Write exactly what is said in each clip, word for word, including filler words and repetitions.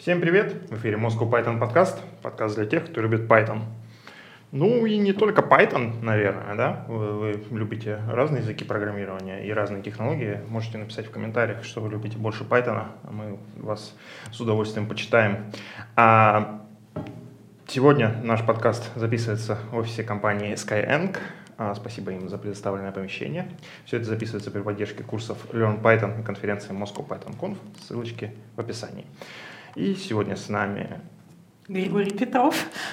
Всем привет! В эфире Moscow Python подкаст. Подкаст для тех, кто любит Python. Ну и не только Python, наверное, да? Вы, вы любите разные языки программирования и разные технологии. Можете написать в комментариях, что вы любите больше Python, а мы вас с удовольствием почитаем. А сегодня наш подкаст записывается в офисе компании Skyeng. Спасибо им за предоставленное помещение. Все это записывается при поддержке курсов Learn Python и конференции Moscow Python Conf. Ссылочки в описании. И сегодня с нами Григорий Петров.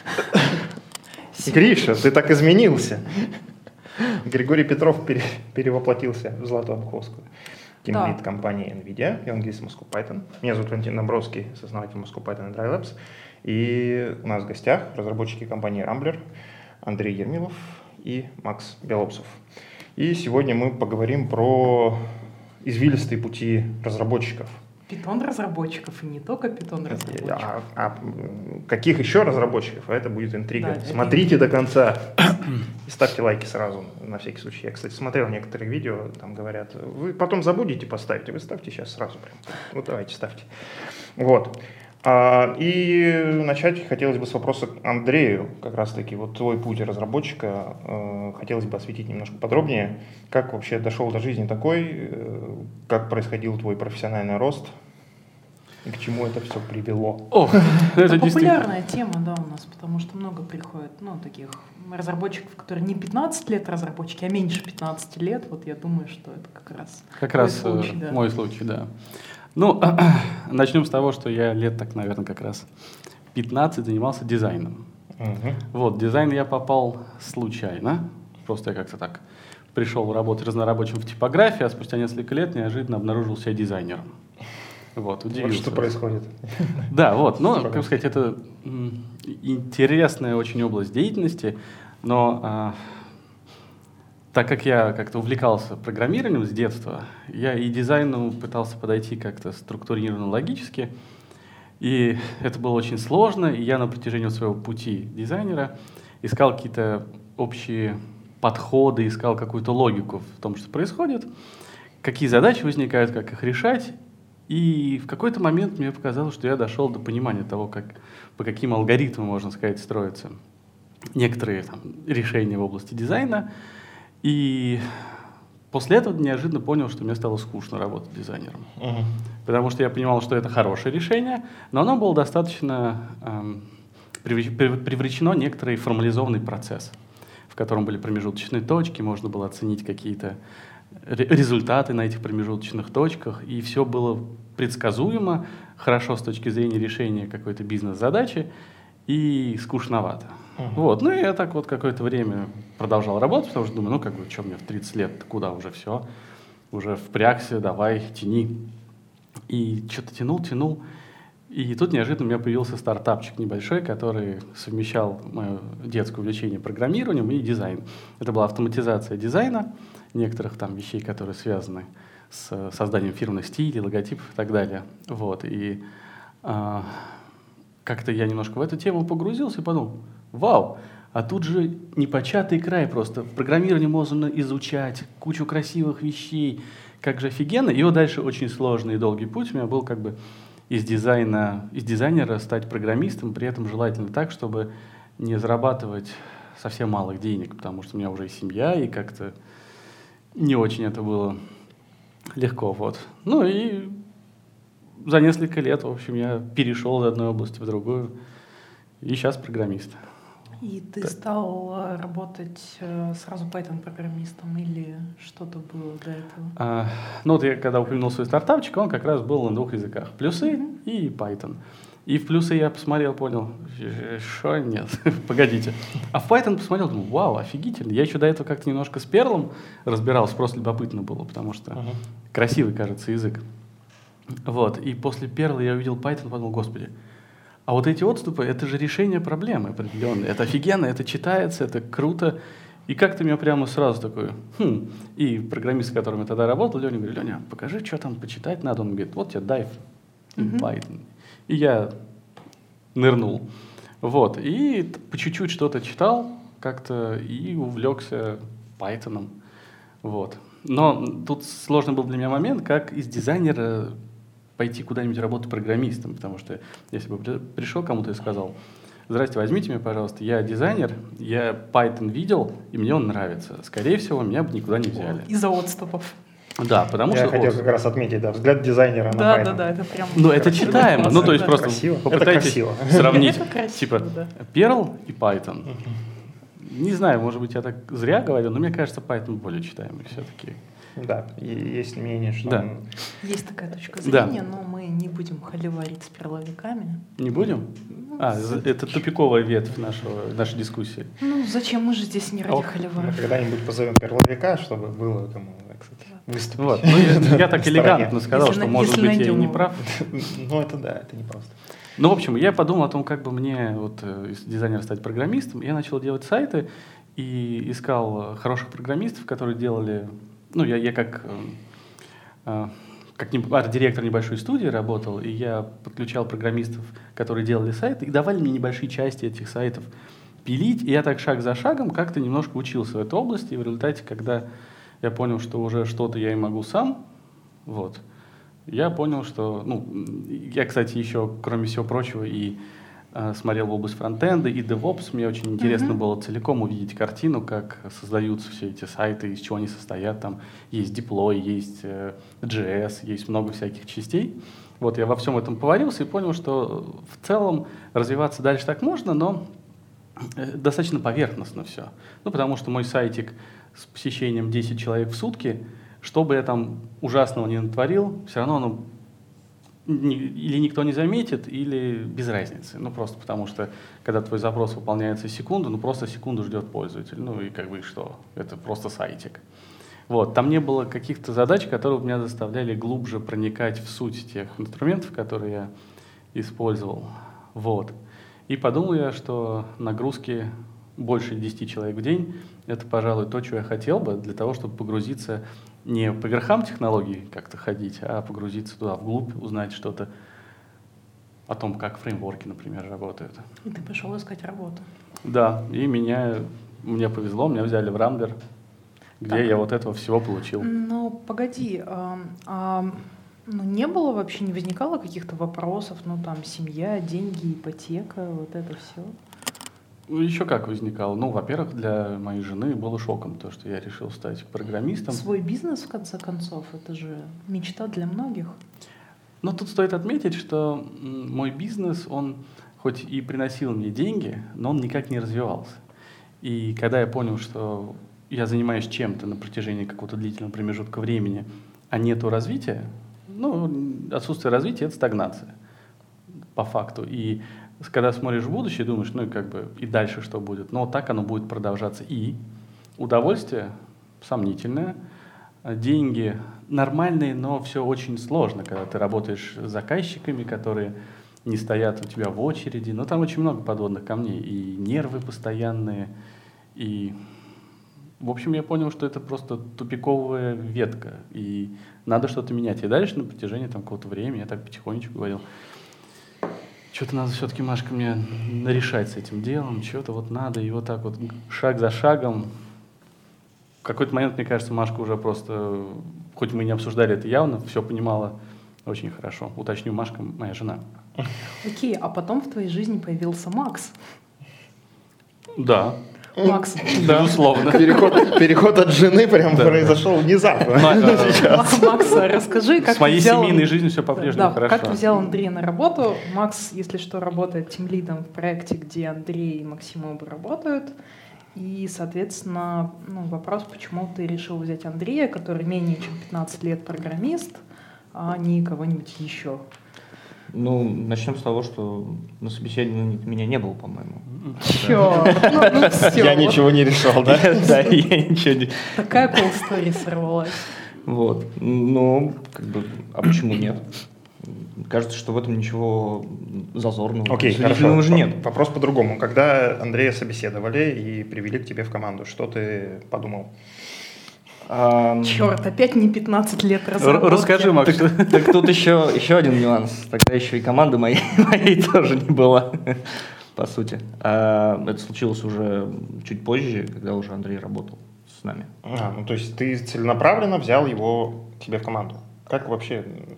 Гриша, ты так изменился. Григорий Петров пере, перевоплотился в Злату Обховскую. Тимлид да. компании NVIDIA, евангелист Moscow Python. Меня зовут Валентин Домбровский, сооснователь Moscow Python и Dry Labs. И у нас в гостях разработчики компании Rambler, Андрей Ермилов и Макс Белоусов. И сегодня мы поговорим про извилистые пути разработчиков. Питон-разработчиков, и не только питон-разработчиков. А, а каких еще разработчиков? А это будет интрига. Да, Смотрите это... до конца и ставьте лайки сразу, на всякий случай. Я, кстати, смотрел некоторые видео, там говорят, вы потом забудете поставить, а вы ставьте сейчас сразу прям. Вот давайте, ставьте. Вот. А, и начать хотелось бы с вопроса к Андрею, как раз-таки, вот твой путь разработчика, э, хотелось бы осветить немножко подробнее, как вообще дошел до жизни такой, э, как происходил твой профессиональный рост, и к чему это все привело. О, это популярная тема, да, у нас, потому что много приходит, ну, таких разработчиков, которые не пятнадцать лет разработчики, а меньше пятнадцати лет, вот я думаю, что это как раз Как раз случай, да. мой случай, да. Ну, начнем с того, что я лет так, наверное, как раз пятнадцать занимался дизайном. Uh-huh. Вот, дизайн я попал случайно, просто я как-то так пришел работать разнорабочим в типографии, а спустя несколько лет неожиданно обнаружил себя дизайнером. Вот, удивился. Вот что происходит. Да, вот, ну, как сказать, это интересная очень область деятельности, но а, так как я как-то увлекался программированием с детства, я и дизайну пытался подойти как-то структурированно, логически, и это было очень сложно, и я на протяжении своего пути дизайнера искал какие-то общие подходы, искал какую-то логику в том, что происходит, какие задачи возникают, как их решать. И в какой-то момент мне показалось, что я дошел до понимания того, как, по каким алгоритмам, можно сказать, строятся некоторые там, решения в области дизайна. И после этого неожиданно понял, что мне стало скучно работать дизайнером. Uh-huh. Потому что я понимал, что это хорошее решение, но оно было достаточно эм, привлечено некоторый формализованный процесс, в котором были промежуточные точки, можно было оценить какие-то результаты на этих промежуточных точках, и все было предсказуемо, хорошо с точки зрения решения какой-то бизнес-задачи и скучновато. Uh-huh. Вот. Ну и я так вот какое-то время продолжал работать, потому что думаю, ну как бы, что мне в тридцать лет, куда уже все, уже впрягся, давай, тяни. И что-то тянул, тянул, и тут неожиданно у меня появился стартапчик небольшой, который совмещал мое детское увлечение программированием и дизайн. Это была автоматизация дизайна, некоторых там вещей, которые связаны с созданием фирменных стилей, логотипов и так далее. Вот. И а, как-то я немножко в эту тему погрузился и подумал, вау, а тут же непочатый край просто. В программировании можно изучать кучу красивых вещей, как же офигенно. И вот дальше очень сложный и долгий путь у меня был как бы из дизайна, из дизайнера стать программистом, при этом желательно так, чтобы не зарабатывать совсем малых денег, потому что у меня уже и семья, и как-то не очень это было легко, вот. Ну и за несколько лет, в общем, я перешел из одной области в другую, и сейчас программист. И ты так. стал работать сразу Python-программистом или что-то было до этого? А, ну вот я когда упомянул свой стартапчик, он как раз был на двух языках, плюсы mm-hmm. и Python. И в плюсы я посмотрел, понял, что нет, погодите. А в Python посмотрел, думаю, вау, офигительно. Я еще до этого как-то немножко с Perl разбирался, просто любопытно было, потому что uh-huh. красивый, кажется, язык. Вот, и после Perl я увидел Python, подумал, господи, а вот эти отступы, это же решение проблемы определенной. Это офигенно, это читается, это круто. И как-то меня прямо сразу такой, хм. И программист, с которым я тогда работал, Леня, говорит, Леня, покажи, что там почитать надо. Он говорит, вот тебе dive in uh-huh. Python. И я нырнул. Вот. И по чуть-чуть что-то читал как-то и увлекся Python. Вот. Но тут сложный был для меня момент, как из дизайнера пойти куда-нибудь работать программистом, потому что если бы пришел кому-то и сказал: «Здрасте, возьмите меня, пожалуйста, я дизайнер, я Python видел, и мне он нравится», скорее всего, меня бы никуда не взяли. Из-за отступов. Да, потому я что... Я хотел как раз отметить, да, взгляд дизайнера да, на Python. Да, да, это прям... Ну, это читаемо. Ну, то есть просто красиво. попытайтесь сравнить. Это красиво, типа да. Perl и Python. Не знаю, может быть, я так зря говорю, но мне кажется, Python более читаемый все-таки. Да, есть мнение, что... Да. Он... Есть такая точка зрения, да. Но мы не будем холиварить с перловиками. Не будем? А, это тупиковая ветвь нашего, нашей дискуссии. Ну, зачем? Мы же здесь не ради холивара. Мы когда-нибудь позовем перловика, чтобы было кому, кстати, выступить. Вот. Ну, я, я так элегантно сказал, если что, на, может быть, найдем... я и не прав. Ну, это да, это не просто. Ну, в общем, я подумал о том, как бы мне вот из дизайнера стать программистом. Я начал делать сайты и искал хороших программистов, которые делали... Ну, я, я как, э, как арт-директор небольшой студии работал, и я подключал программистов, которые делали сайты, и давали мне небольшие части этих сайтов пилить. И я так шаг за шагом как-то немножко учился в этой области. И в результате, когда я понял, что уже что-то я и могу сам, вот, я понял, что... Ну, я, кстати, еще, кроме всего прочего, и э, смотрел в область фронтенда и DevOps. Мне очень интересно mm-hmm. было целиком увидеть картину, как создаются все эти сайты, из чего они состоят. Там есть деплой, есть э, джей эс, есть много всяких частей. Вот я во всем этом поварился и понял, что в целом развиваться дальше так можно, но э, достаточно поверхностно все. Ну, потому что мой сайтик с посещением десять человек в сутки, что бы я там ужасного не натворил, все равно оно не, или никто не заметит, или без разницы. Ну, просто потому что, когда твой запрос выполняется секунду, ну, просто секунду ждет пользователь. Ну, и как бы что? Это просто сайтик. Вот. Там не было каких-то задач, которые меня заставляли глубже проникать в суть тех инструментов, которые я использовал. Вот. И подумал я, что нагрузки больше десяти человек в день — это, пожалуй, то, чего я хотел бы для того, чтобы погрузиться не по верхам технологий как-то ходить, а погрузиться туда вглубь, узнать что-то о том, как фреймворки, например, работают. И ты пошел искать работу. Да, и меня, мне повезло, меня взяли в Рамблер, где так. я вот этого всего получил. Ну, погоди, а, а, ну, не было вообще, не возникало каких-то вопросов, ну, там, семья, деньги, ипотека, вот это все? Еще как возникало. Ну, во-первых, для моей жены было шоком то, что я решил стать программистом. Свой бизнес, в конце концов, это же мечта для многих. Но тут стоит отметить, что мой бизнес, он хоть и приносил мне деньги, но он никак не развивался. И когда я понял, что я занимаюсь чем-то на протяжении какого-то длительного промежутка времени, а нету развития, ну, отсутствие развития — это стагнация, по факту. И когда смотришь в будущее, думаешь, ну и как бы и дальше что будет. Но так оно будет продолжаться. И удовольствие сомнительное, деньги нормальные, но все очень сложно, когда ты работаешь с заказчиками, которые не стоят у тебя в очереди. Но там очень много подводных камней. И нервы постоянные. И, в общем, я понял, что это просто тупиковая ветка. И надо что-то менять. И дальше на протяжении там, какого-то времени я так потихонечку говорил: что-то надо все-таки, Машка, мне нарешать с этим делом, что-то вот надо, и вот так вот шаг за шагом. В какой-то момент, мне кажется, Машка уже просто, хоть мы и не обсуждали это явно, все понимала очень хорошо. Уточню, Машка моя жена. Окей, а потом в твоей жизни появился Макс. Да. Макс. Да, безусловно. Переход, переход от жены прям да. произошел внезапно. Макс, расскажи, как С моей взял... семейной жизнью все по-прежнему да, хорошо. Как ты взял Андрея на работу? Макс, если что, работает тимлидом в проекте, где Андрей и Максим оба работают. И, соответственно, ну, вопрос, почему ты решил взять Андрея, который менее чем пятнадцать лет программист, а не кого-нибудь еще? Ну, начнем с того, что на собеседовании меня не было, по-моему. Чё? Я ничего не решал, да? Да, я ничего не... Такая полстори сорвалась. Вот. Ну, как бы, а почему нет? Кажется, что в этом ничего зазорного. Окей, хорошо. Уже нет. Вопрос по-другому. Когда Андрея собеседовали и привели к тебе в команду, что ты подумал? Um, Черт, опять не пятнадцать лет разработки. Расскажи, Макс. Так, так тут еще, еще один нюанс. Тогда еще и команды моей, моей тоже не было, по сути. А, это случилось уже чуть позже, когда уже Андрей работал с нами. А, ну то есть ты целенаправленно взял его к себе в команду. Как вообще...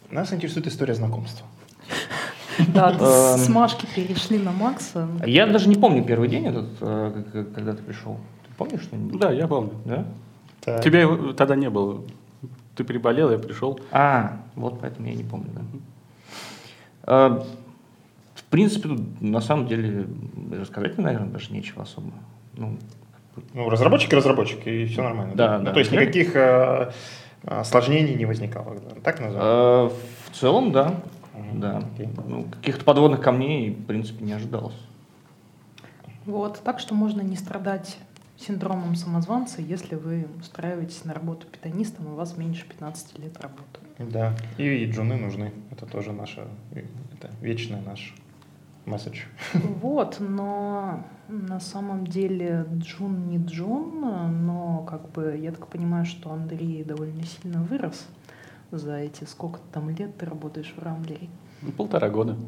Нас интересует история знакомства. Да, с Машки перешли на Макса. Я даже не помню первый день этот, когда ты пришел. Ты помнишь что-нибудь? Да, я помню. Да? Так. Тебя тогда не было. Ты приболел, я пришел. А, вот поэтому я не помню, да. А, в принципе, на самом деле, рассказать, наверное, даже нечего особо. Ну, ну разработчик и разработчик, и все нормально. Да, да. да. Ну, то есть никаких э, осложнений не возникало, так называется? А, в целом, да. Угу. Да. Ну, каких-то подводных камней, в принципе, не ожидалось. Вот, так что можно не страдать синдромом самозванца, если вы устраиваетесь на работу питонистом, и у вас меньше пятнадцати лет работы. Да, и, и джуны нужны. Это тоже наша, это вечный наш месседж. Вот, но на самом деле джун не джун, но как бы я так понимаю, что Андрей довольно сильно вырос за эти сколько там лет ты работаешь в Рамблере? Полтора года.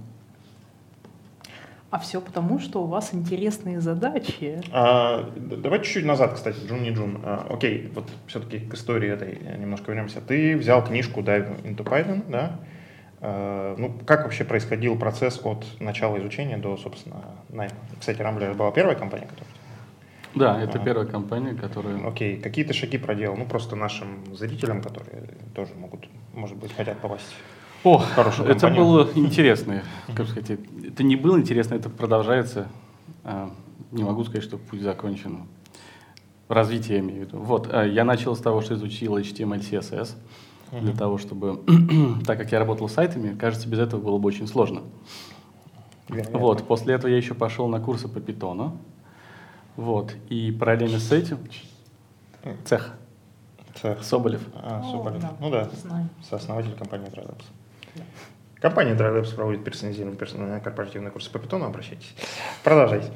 А все потому, что у вас интересные задачи. А, давай чуть-чуть назад, кстати, джун не джун. А, окей, вот все-таки к истории этой немножко вернемся. Ты взял книжку Dive into Python, да? А, ну, как вообще происходил процесс от начала изучения до, собственно, найма? Кстати, Rambler была первая компания, которая... Да, это а, первая компания, которая... Окей, какие ты шаги проделал? Ну, просто нашим зрителям, которые тоже могут, может быть, хотят попасть. О, это было интересно, как сказать, это не было интересно, это продолжается, не могу сказать, что путь закончен, развитие я имею в виду. Вот, я начал с того, что изучил эйч ти эм эль, си эс эс, для того, чтобы, так как я работал с сайтами, кажется, без этого было бы очень сложно. Вероятно. Вот, после этого я еще пошел на курсы по питону, вот, и параллельно с этим цех. Цех. Соболев. А, О, Соболев. да, Ну да, знаю. сооснователь компании DryLabs. Да. Компания DryLabs проводит персонализированные персональные корпоративные курсы по питону, обращайтесь. Продолжайте.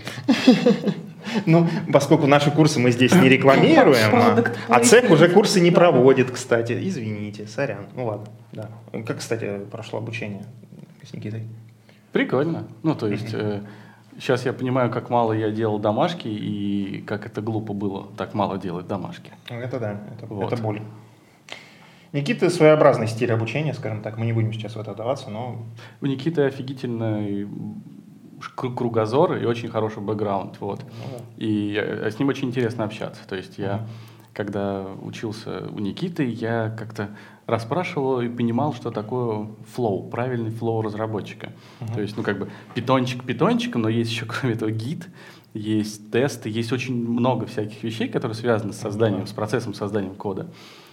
Ну, поскольку наши курсы мы здесь не рекламируем, а цех уже курсы не проводит, кстати. Извините, сорян. Ну ладно, да. Как, кстати, прошло обучение с Никитой? Прикольно. Ну, то есть... Сейчас я понимаю, как мало я делал домашки и как это глупо было так мало делать домашки. Это да, это, вот. это боль. Никиты своеобразный стиль обучения, скажем так, мы не будем сейчас в это вдаваться, но... У Никиты офигительный кругозор и очень хороший бэкграунд, вот. Ну, да. И с ним очень интересно общаться. То есть я, mm-hmm. когда учился у Никиты, я как-то расспрашивал и понимал, что такое флоу, правильный флоу разработчика. Uh-huh. То есть, ну, как бы питончик питончиком, но есть еще, кроме этого, гид, есть тесты, есть очень много всяких вещей, которые связаны с созданием, uh-huh. с процессом создания кода.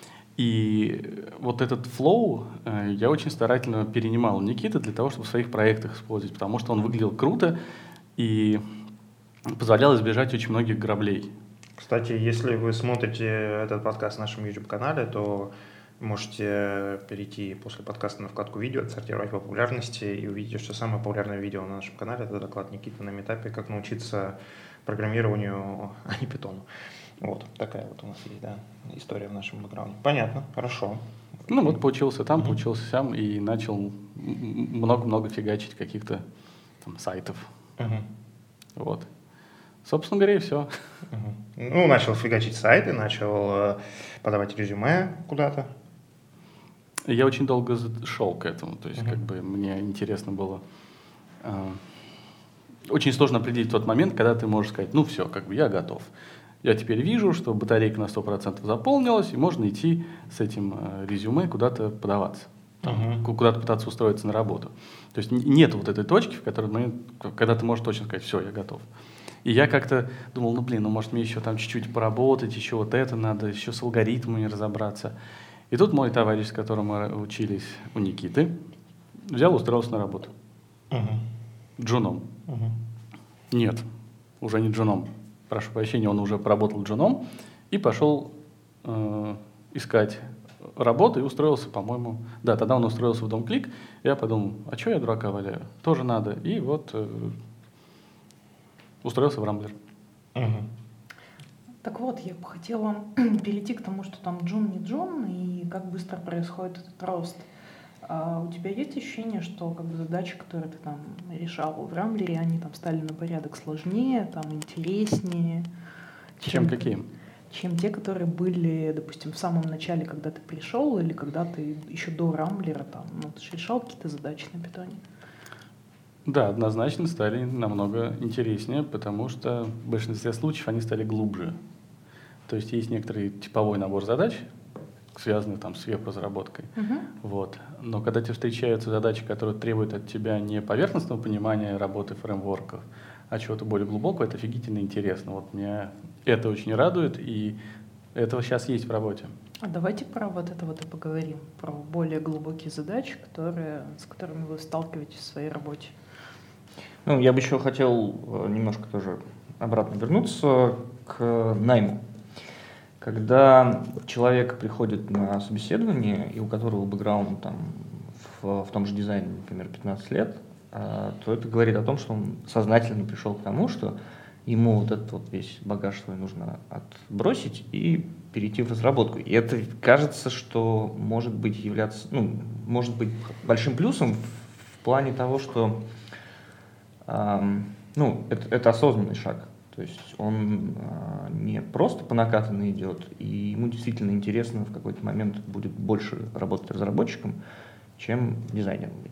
И вот этот флоу э, я очень старательно перенимал у Никиты для того, чтобы в своих проектах использовать, потому что он выглядел круто и позволял избежать очень многих граблей. Кстати, если вы смотрите этот подкаст на нашем YouTube-канале, то можете перейти после подкаста на вкладку «Видео», отсортировать по популярности и увидите, что самое популярное видео на нашем канале – это доклад Никиты на Meetup «Как научиться программированию, а не питону». Вот, такая вот у нас есть, да, история в нашем бэкграунде. Понятно, хорошо. Ну вот поучился там, mm-hmm. поучился сам и начал много-много фигачить каких-то там сайтов. Mm-hmm. Вот. Собственно говоря, и все. Mm-hmm. Ну, начал фигачить сайты, начал э, подавать резюме куда-то. Я очень долго шел к этому, то есть mm-hmm. как бы мне интересно было. Э, очень сложно определить тот момент, когда ты можешь сказать, ну все, как бы я готов. Я теперь вижу, что батарейка на сто процентов заполнилась, и можно идти с этим э, резюме куда-то подаваться, uh-huh. куда-то пытаться устроиться на работу. То есть нет вот этой точки, в которой момент, когда ты можешь точно сказать, все, я готов. И я как-то думал, ну блин, ну может мне еще там чуть-чуть поработать, еще вот это надо, еще с алгоритмами разобраться. И тут мой товарищ, с которым мы учились у Никиты, взял и устроился на работу. Uh-huh. Джуном. Uh-huh. Нет, уже не джуном. Прошу прощения, он уже поработал джуном и пошел э, искать работу и устроился, по-моему... Да, тогда он устроился в DomClick. Я подумал, а что я дурака валяю? Тоже надо. И вот э, устроился в Rambler. Uh-huh. Так вот, я бы хотела перейти к тому, что там джун не джун, и как быстро происходит этот рост. А у тебя есть ощущение, что как бы задачи, которые ты там решал в Рамблере, они там стали на порядок сложнее, там интереснее? Чем, чем какие? чем те, которые были, допустим, в самом начале, когда ты пришел, или когда ты еще до Рамблера там, ну, ты же решал какие-то задачи на питоне? Да, однозначно стали намного интереснее, потому что в большинстве случаев они стали глубже. То есть есть некоторый типовой набор задач, связанный там с веб-разработкой. Uh-huh. Вот. Но когда тебе встречаются задачи, которые требуют от тебя не поверхностного понимания работы фреймворков, а чего-то более глубокого, это офигительно интересно. Вот меня это очень радует, и это сейчас есть в работе. А давайте про вот это вот и поговорим, про более глубокие задачи, которые, с которыми вы сталкиваетесь в своей работе. Ну, я бы еще хотел немножко тоже обратно вернуться к найму. Когда человек приходит на собеседование, и у которого бэкграунд там, в, в том же дизайне, например, пятнадцать лет, то это говорит о том, что он сознательно пришел к тому, что ему вот этот вот весь багаж свой нужно отбросить и перейти в разработку. И это кажется, что может быть являться, ну, может быть большим плюсом в плане того, что эм, ну, это, это осознанный шаг. То есть он э, не просто по накатанной идет, и ему действительно интересно в какой-то момент будет больше работать разработчиком, чем дизайнером быть.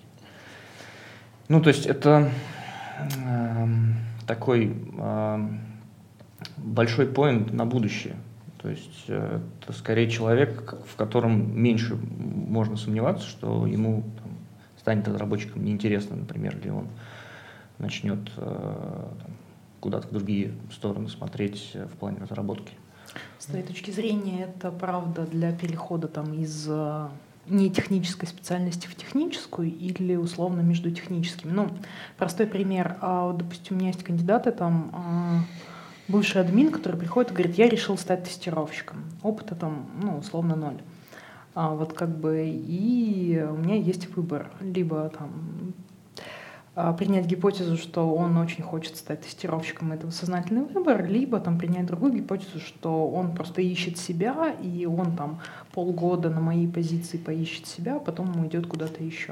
Ну, то есть это э, такой э, большой поинт на будущее. То есть э, это скорее человек, в котором меньше можно сомневаться, что ему там, станет разработчиком неинтересно, например, или он начнет э, там, куда-то в другие стороны смотреть в плане разработки. С твоей точки зрения, это правда для перехода там, из не технической специальности в техническую или условно между техническими? Ну, простой пример. Допустим, у меня есть кандидаты, там, бывший админ, который приходит и говорит, я решил стать тестировщиком. Опыта там, ну, условно ноль. А вот как бы и у меня есть выбор. Либо там принять гипотезу, что он очень хочет стать тестировщиком, это сознательный выбор, либо там принять другую гипотезу, что он просто ищет себя, и он там полгода на моей позиции поищет себя, а потом уйдет куда-то еще.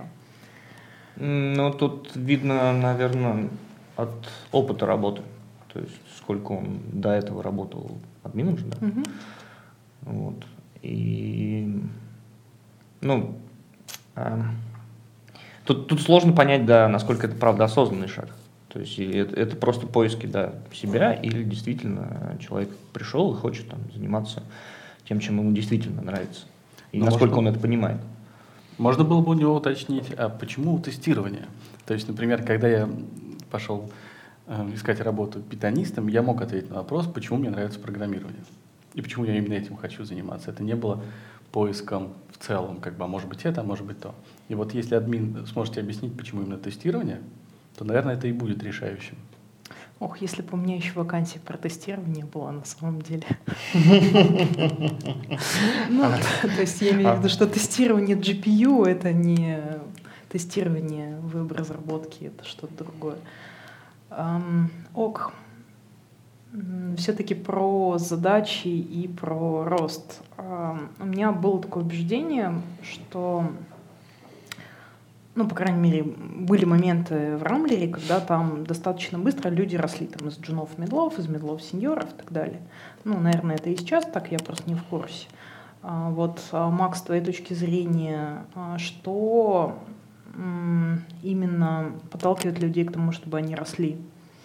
Ну, тут видно, наверное, от опыта работы. То есть сколько он до этого работал админом же, да? Угу. Вот. И, ну, э, тут, тут сложно понять, да, насколько это правда осознанный шаг. То есть это, это просто поиски, да, себя, или действительно человек пришел и хочет там заниматься тем, чем ему действительно нравится. И Но насколько можно, он это понимает. Можно было бы у него уточнить, а почему тестирование? То есть, например, когда я пошел э, искать работу питонистом, я мог ответить на вопрос, почему мне нравится программирование. И почему я именно этим хочу заниматься. Это не было поиском в целом, как бы, а может быть это, а может быть то. И вот если админ сможете объяснить, почему именно тестирование, то, наверное, это и будет решающим. Ох, если бы у меня еще вакансия про тестирование была на самом деле. Ну, то есть я имею в виду, что тестирование джи пи ю — это не тестирование веб-разработки, это что-то другое. Ок. Все-таки про задачи и про рост. У меня было такое убеждение, что, ну, по крайней мере, были моменты в Рамблере, когда там достаточно быстро люди росли там, из джунов в медлов, из медлов в сеньоров и так далее. Ну, наверное, это и сейчас так, я просто не в курсе. Вот, Макс, с твоей точки зрения, что именно подталкивает людей к тому, чтобы они росли?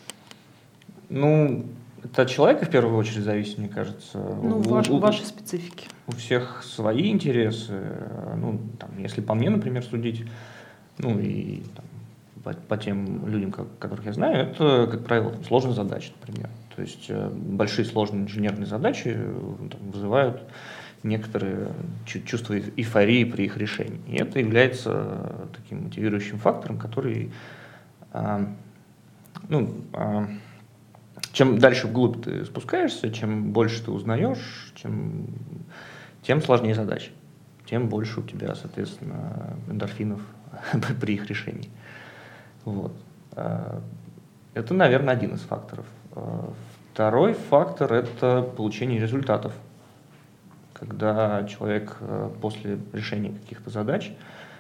Ну, это от человека в первую очередь зависит, мне кажется. Ну, у, ваш, у, ваши специфики. У всех свои интересы. Ну, там, если по мне, например, судить, ну и там, по, по тем людям, как, которых я знаю, это, как правило, там, сложные задачи, например. То есть э, большие сложные инженерные задачи там, вызывают некоторые чувства эйфории при их решении. И это является таким мотивирующим фактором, который, э, ну, э, чем дальше вглубь ты спускаешься, чем больше ты узнаешь, чем, тем сложнее задачи, тем больше у тебя, соответственно, эндорфинов при их решении. Вот. Это, наверное, один из факторов. Второй фактор – это получение результатов. Когда человек после решения каких-то задач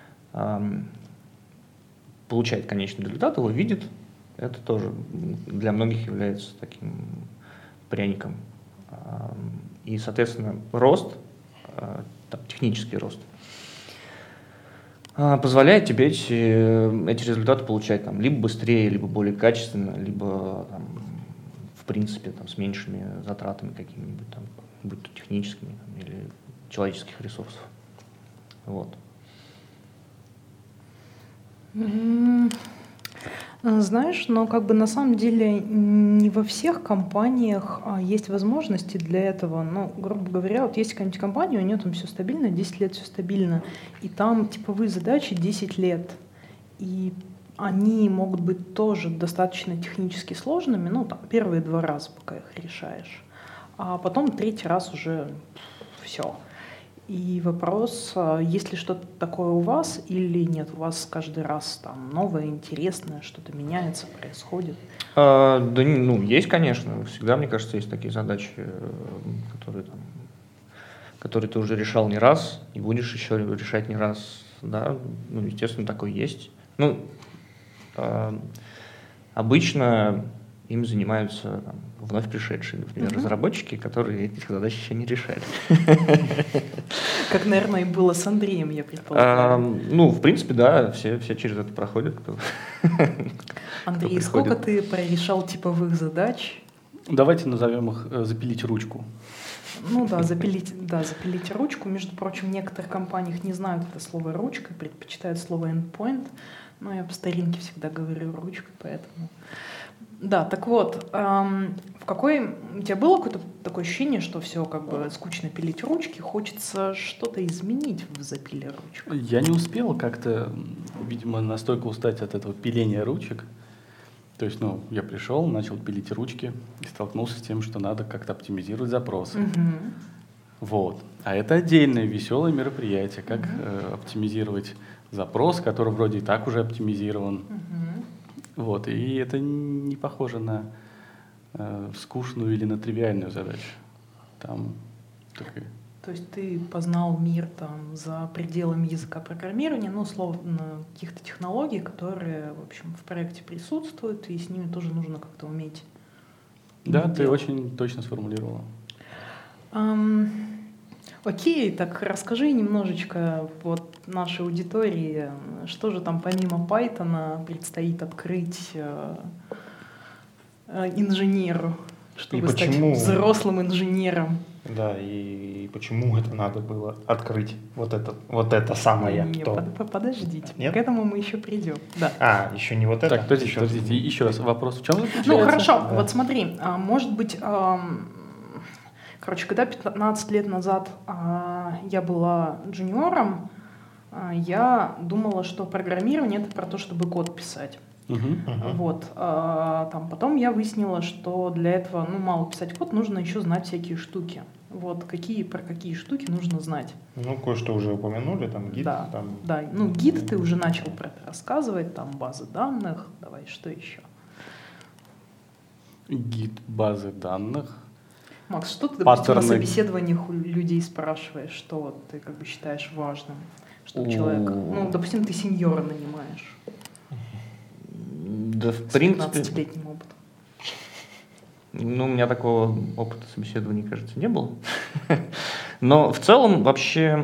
получает конечный результат, его видит, это тоже для многих является таким пряником. И, соответственно, рост, там, технический рост, позволяет тебе эти, эти результаты получать там, либо быстрее, либо более качественно, либо там, в принципе там, с меньшими затратами какими-нибудь, там, будь то техническими там, или человеческих ресурсов. Вот. Знаешь, но как бы на самом деле не во всех компаниях а, есть возможности для этого. Ну, грубо говоря, вот есть какая-нибудь компания, у нее там все стабильно, десять лет все стабильно, и там типовые задачи десять лет. И они могут быть тоже достаточно технически сложными, ну, там, первые два раза, пока их решаешь. А потом третий раз уже все. И вопрос, есть ли что-то такое у вас или нет, у вас каждый раз там новое, интересное, что-то меняется, происходит? А, да, ну, есть, конечно. Всегда, мне кажется, есть такие задачи, которые, там, которые ты уже решал не раз и будешь еще решать не раз. Да? Ну, естественно, такое есть. Ну, а, обычно им занимаются там, вновь пришедшие, например, uh-huh. разработчики, которые этих задач еще не решали. Как, наверное, и было с Андреем, я предполагаю. А, ну, в принципе, да, все, все через это проходят. Кто, Андрей, кто сколько ты прорешал типовых задач? Давайте назовем их э, «запилить ручку». Ну да, запилить, да, запилить ручку. Между прочим, в некоторых компаниях не знают это слово «ручка», предпочитают слово «endpoint». Но я по старинке всегда говорю «ручка», поэтому... Да, так вот, эм, в какой у тебя было какое-то такое ощущение, что все как бы скучно пилить ручки, хочется что-то изменить в запиле ручек? Я не успел как-то, видимо, настолько устать от этого пиления ручек. То есть, ну, я пришел, начал пилить ручки и столкнулся с тем, что надо как-то оптимизировать запросы. Угу. Вот. А это отдельное веселое мероприятие, как угу. э, оптимизировать запрос, который вроде и так уже оптимизирован. Угу. Вот, и это не похоже на э, скучную или на тривиальную задачу. Там такая... То есть ты познал мир там за пределами языка программирования, ну, условно, каких-то технологий, которые, в общем, в проекте присутствуют, и с ними тоже нужно как-то уметь. Да, ты делать. Очень точно сформулировала. Um, окей, так расскажи немножечко вот нашей аудитории, что же там помимо Python предстоит открыть э, э, инженеру, чтобы и стать почему, взрослым инженером. Да, и, и почему это надо было открыть, вот это, вот это самое. Не, то. Под, подождите, Нет? к этому мы еще придем. Да. А, еще не вот это? Так, подождите, еще, подождите, еще раз вопрос, в чем заключается? Ну хорошо, да. вот смотри, а, может быть... А, короче, когда пятнадцать лет назад а, я была джуниором, а, я думала, что программирование — это про то, чтобы код писать. Uh-huh. Uh-huh. Вот, а, там, потом я выяснила, что для этого ну, мало писать код, нужно еще знать всякие штуки. Вот, какие, про какие штуки нужно знать. Ну, кое-что уже упомянули, там гид. Да, там... да. Ну, гид ты уже начал про это рассказывать, там базы данных, давай, что еще? Гид базы данных. Макс, что ты, допустим, на собеседованиях у людей спрашиваешь, что вот ты как бы считаешь важным, чтобы человек, ну, допустим, ты сеньора нанимаешь. Да, в с принципе... пятнадцатилетним опытом. Ну, у меня такого опыта собеседования, кажется, не было. Но в целом вообще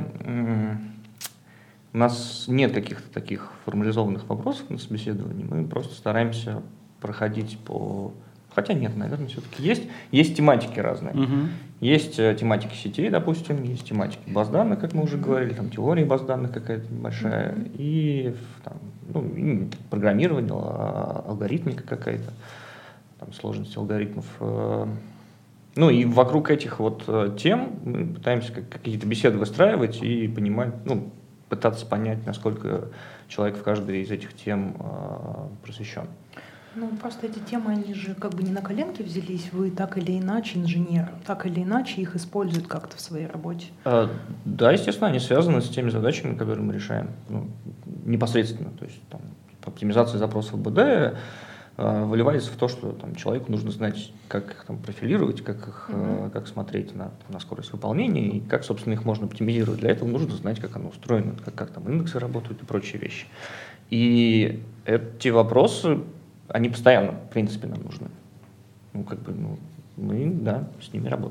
у нас нет каких-то таких формализованных вопросов на собеседовании. Мы просто стараемся проходить по... Хотя нет, наверное, все-таки есть. Есть тематики разные. Uh-huh. Есть тематики сетей, допустим, есть тематики баз данных, как мы уже говорили, там теория баз данных какая-то большая, uh-huh. и, там, ну, и программирование, алгоритмика какая-то, там, сложность алгоритмов. Ну и вокруг этих вот тем мы пытаемся какие-то беседы выстраивать и понимать, ну, пытаться понять, насколько человек в каждой из этих тем просвещен. Ну, просто эти темы, они же как бы не на коленке взялись, вы так или иначе инженер, так или иначе их используют как-то в своей работе. А, да, естественно, они связаны с теми задачами, которые мы решаем, ну, непосредственно. То есть там, оптимизация запросов бэ дэ а, выливается в то, что там, человеку нужно знать, как их там, профилировать, как, их, uh-huh. а, как смотреть на, на скорость выполнения и как, собственно, их можно оптимизировать. Для этого нужно знать, как оно устроено, как, как там индексы работают и прочие вещи. И эти вопросы... Они постоянно, в принципе, нам нужны. Ну, как бы, ну, мы, да, с ними работаем.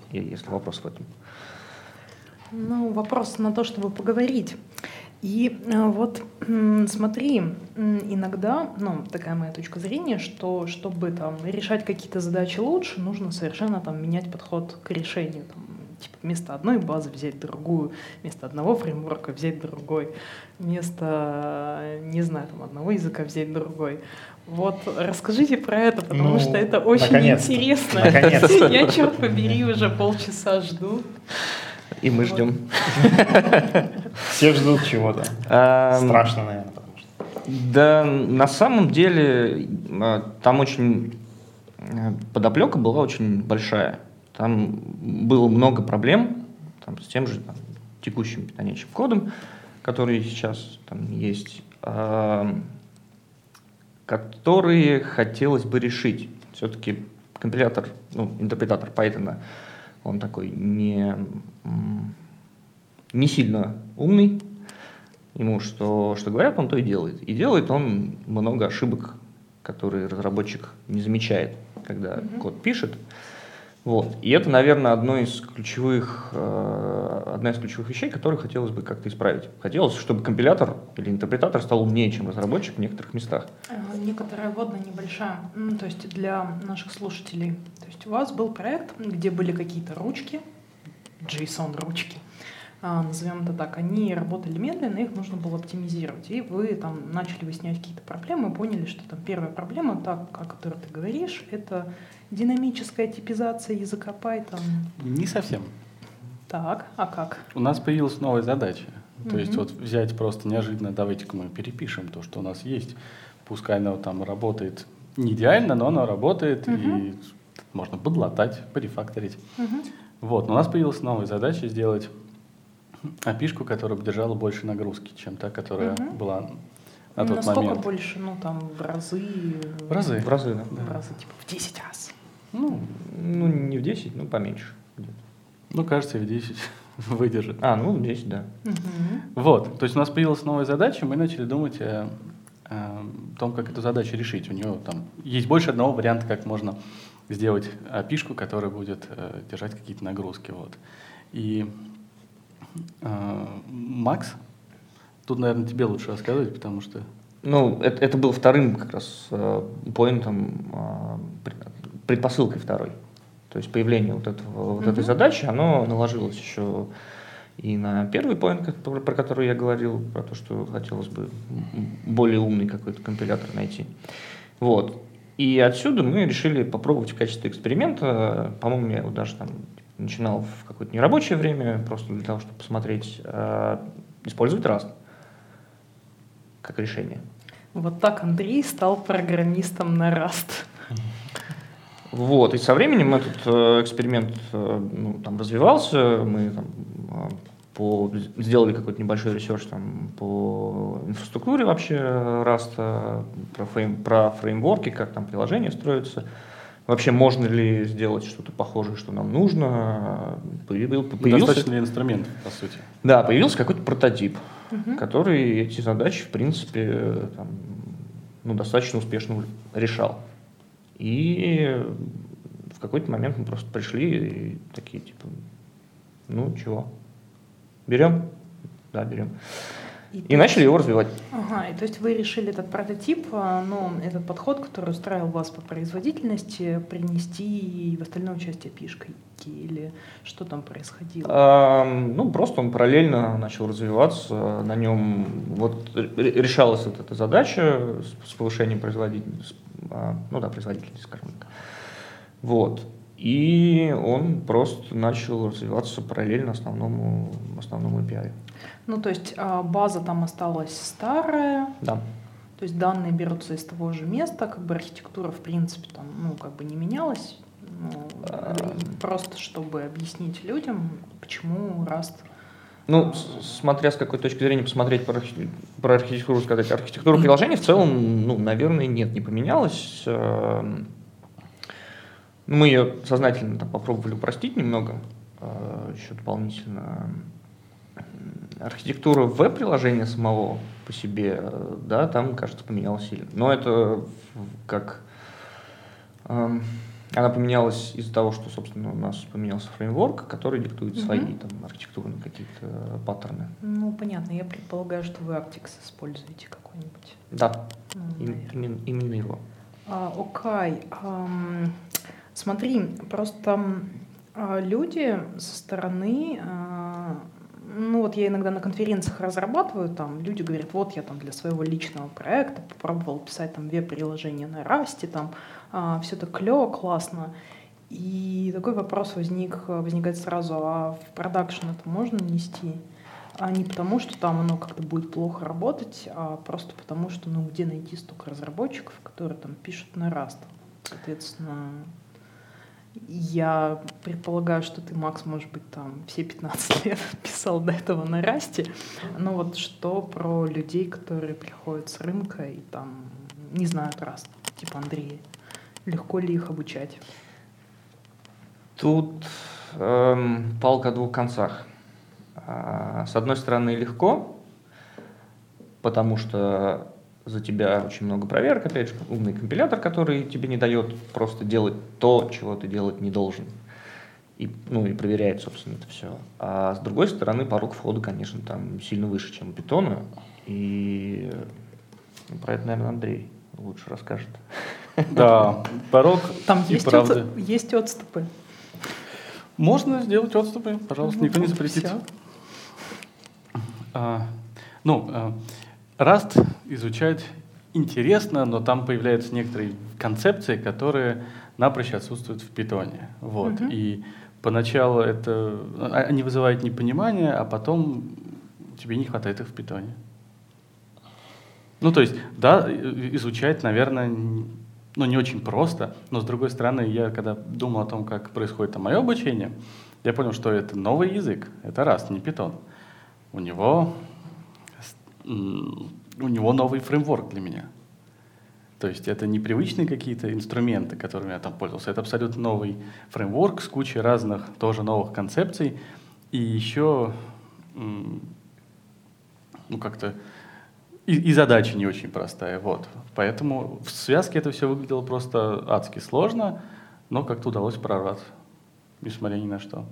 если вопрос в этом. Ну, вопрос на то, чтобы поговорить. И э, вот э, смотри, э, иногда, ну, такая моя точка зрения, что чтобы там решать какие-то задачи лучше, нужно совершенно там менять подход к решению. Там, типа вместо одной базы взять другую, вместо одного фреймворка взять другой, вместо, не знаю, там, одного языка взять другой. Вот расскажите про это, потому ну, что это очень наконец-то. интересно. Наконец-то. Я, черт побери, уже полчаса жду. И мы Вот. ждем. Все ждут чего-то. Эм, Страшно, наверное, потому что. Да, на самом деле э, там очень э, подоплека была очень большая. Там было много проблем там, с тем же там, текущим питонячим кодом, который сейчас там есть, э, которые хотелось бы решить. Все-таки компилятор, ну, интерпретатор Python, он такой не, не сильно умный. Ему что, что говорят, он то и делает. И делает он много ошибок, которые разработчик не замечает, когда mm-hmm. код пишет. Вот. И это, наверное, одно из ключевых, э, одна из ключевых вещей, которые хотелось бы как-то исправить. Хотелось, чтобы компилятор или интерпретатор стал умнее, чем разработчик в некоторых местах. Некоторая вводная небольшая, ну, то есть для наших слушателей. То есть у вас был проект, где были какие-то ручки, JSON-ручки, а, назовем это так, они работали медленно, их нужно было оптимизировать. И вы там начали выяснять какие-то проблемы, поняли, что там первая проблема, та, о которой ты говоришь, это динамическая типизация языка Python. Не совсем. Так, а как? У нас появилась новая задача. То Мгм. есть вот взять просто неожиданно, давайте-ка мы перепишем то, что у нас есть. Пускай оно там работает не идеально, но оно работает, Мгм. и можно подлатать, порефакторить. Мгм. Вот, но у нас появилась новая задача сделать эй пи ай-шку, которая бы держала больше нагрузки, чем та, которая Мгм. была на тот Насколько момент. больше? Ну, там, в разы? В разы. В разы, да. В разы, типа, в десять раз. Ну, Ну, не в десять, ну, поменьше. ну, кажется, и в десять выдержит. А, ну, в десять, да. Мгм. Вот, то есть у нас появилась новая задача, мы начали думать о, о том, как эту задачу решить. У нее там есть больше одного варианта, как можно сделать эй пи ай-шку, которая будет э, держать какие-то нагрузки. Вот. И э, Макс, тут, наверное, тебе лучше рассказывать, потому что... Ну, это, это был вторым как раз э, поинтом, э, пред- предпосылкой второй. То есть появление вот, этого, вот Мгм. этой задачи, оно наложилось еще и на первый поинт, который- про который я говорил, про то, что хотелось бы м, более умный какой-то компилятор найти. Вот. И отсюда мы решили попробовать в качестве эксперимента, по-моему, я его даже там начинал в какое-то нерабочее время, просто для того, чтобы посмотреть, э, использовать Rust как решение. Вот так Андрей стал программистом на Rust. Вот, и со временем этот э, эксперимент э, ну, там, развивался, мы там, э, по, сделали какой-то небольшой ресерч там, по инфраструктуре вообще Rust, э, про, фрейм, про фреймворки, как там приложения строятся, вообще можно ли сделать что-то похожее, что нам нужно. Появил, появился, Достаточно ли инструментов, по сути? да, появился какой-то прототип, Мгм. который эти задачи, в принципе, там, ну, достаточно успешно решал. И в какой-то момент мы просто пришли и такие, типа, ну, чего, берем? Да, берем. И, И начали его развивать. Ага, и то есть вы решили этот прототип, а, ну, этот подход, который устраивал вас по производительности, принести в остальную часть эй пи ай-шки, или что там происходило? А, ну, просто он параллельно начал развиваться, на нем вот р- решалась вот эта задача с, с повышением производительности, а, ну да, производительности, скажем так. Вот. И он просто начал развиваться параллельно основному, основному эй пи ай. Ну, то есть а, база там осталась старая, Да. то есть данные берутся из того же места, как бы архитектура, в принципе, там, ну, как бы не менялась. Ну, А. просто чтобы объяснить людям, почему Rust. Ну, с- смотря с какой точки зрения посмотреть про, архи- про архитектуру, сказать, архитектура приложений в целом, ну, наверное, нет, не поменялась. Эм, Мы ее сознательно там попробовали упростить немного, э, еще дополнительно. Архитектура веб-приложения самого по себе, э, да, там, кажется, поменялась сильно. Но это в- как, эм, Она поменялась из-за того, что, собственно, у нас поменялся фреймворк, который диктует mm-hmm. свои там, архитектурные какие-то паттерны. Ну, понятно. Я предполагаю, что вы Arctix используете какой-нибудь. Да, ну, именно, именно его. А, окей. Um, смотри, просто а, люди со стороны... А, ну вот я иногда на конференциях разрабатываю, там люди говорят, вот я там для своего личного проекта попробовал писать там веб-приложение на Rust, там а, все так клево, классно. И такой вопрос возник, возникает сразу, а в продакшн это можно нести? А не потому, что там оно как-то будет плохо работать, а просто потому, что ну где найти столько разработчиков, которые там пишут на Rust. Соответственно, я предполагаю, что ты, Макс, может быть, там все пятнадцать лет писал до этого на Расте. Но вот что про людей, которые приходят с рынка и там не знают Раст, типа Андрея? Легко ли их обучать? Тут эм, палка о двух концах. А, с одной стороны, легко, потому что за тебя очень много проверок, опять же, умный компилятор, который тебе не дает просто делать то, чего ты делать не должен. И, ну, и проверяет, собственно, это все. А с другой стороны, порог входа, конечно, там сильно выше, чем у Python. И ну, про это, наверное, Андрей лучше расскажет. Да, порог там и есть, правда. От, есть отступы. Можно сделать отступы, пожалуйста, ну, никто не запретит. А, ну, а, Rust изучать интересно, но там появляются некоторые концепции, которые напрочь отсутствуют в Python. Вот. Uh-huh. И поначалу это, они вызывают непонимание, а потом тебе не хватает их в Python. Ну, то есть, да, изучать, наверное, ну, не очень просто, но, с другой стороны, я когда думал о том, как происходит там мое обучение, я понял, что это новый язык, это Rust, не Python. У него... у него новый фреймворк для меня. То есть это непривычные какие-то инструменты, которыми я там пользовался. Это абсолютно новый фреймворк с кучей разных тоже новых концепций. И еще ну, как-то и, и задача не очень простая. Вот. Поэтому в связке это все выглядело просто адски сложно, но как-то удалось прорваться, несмотря ни на что.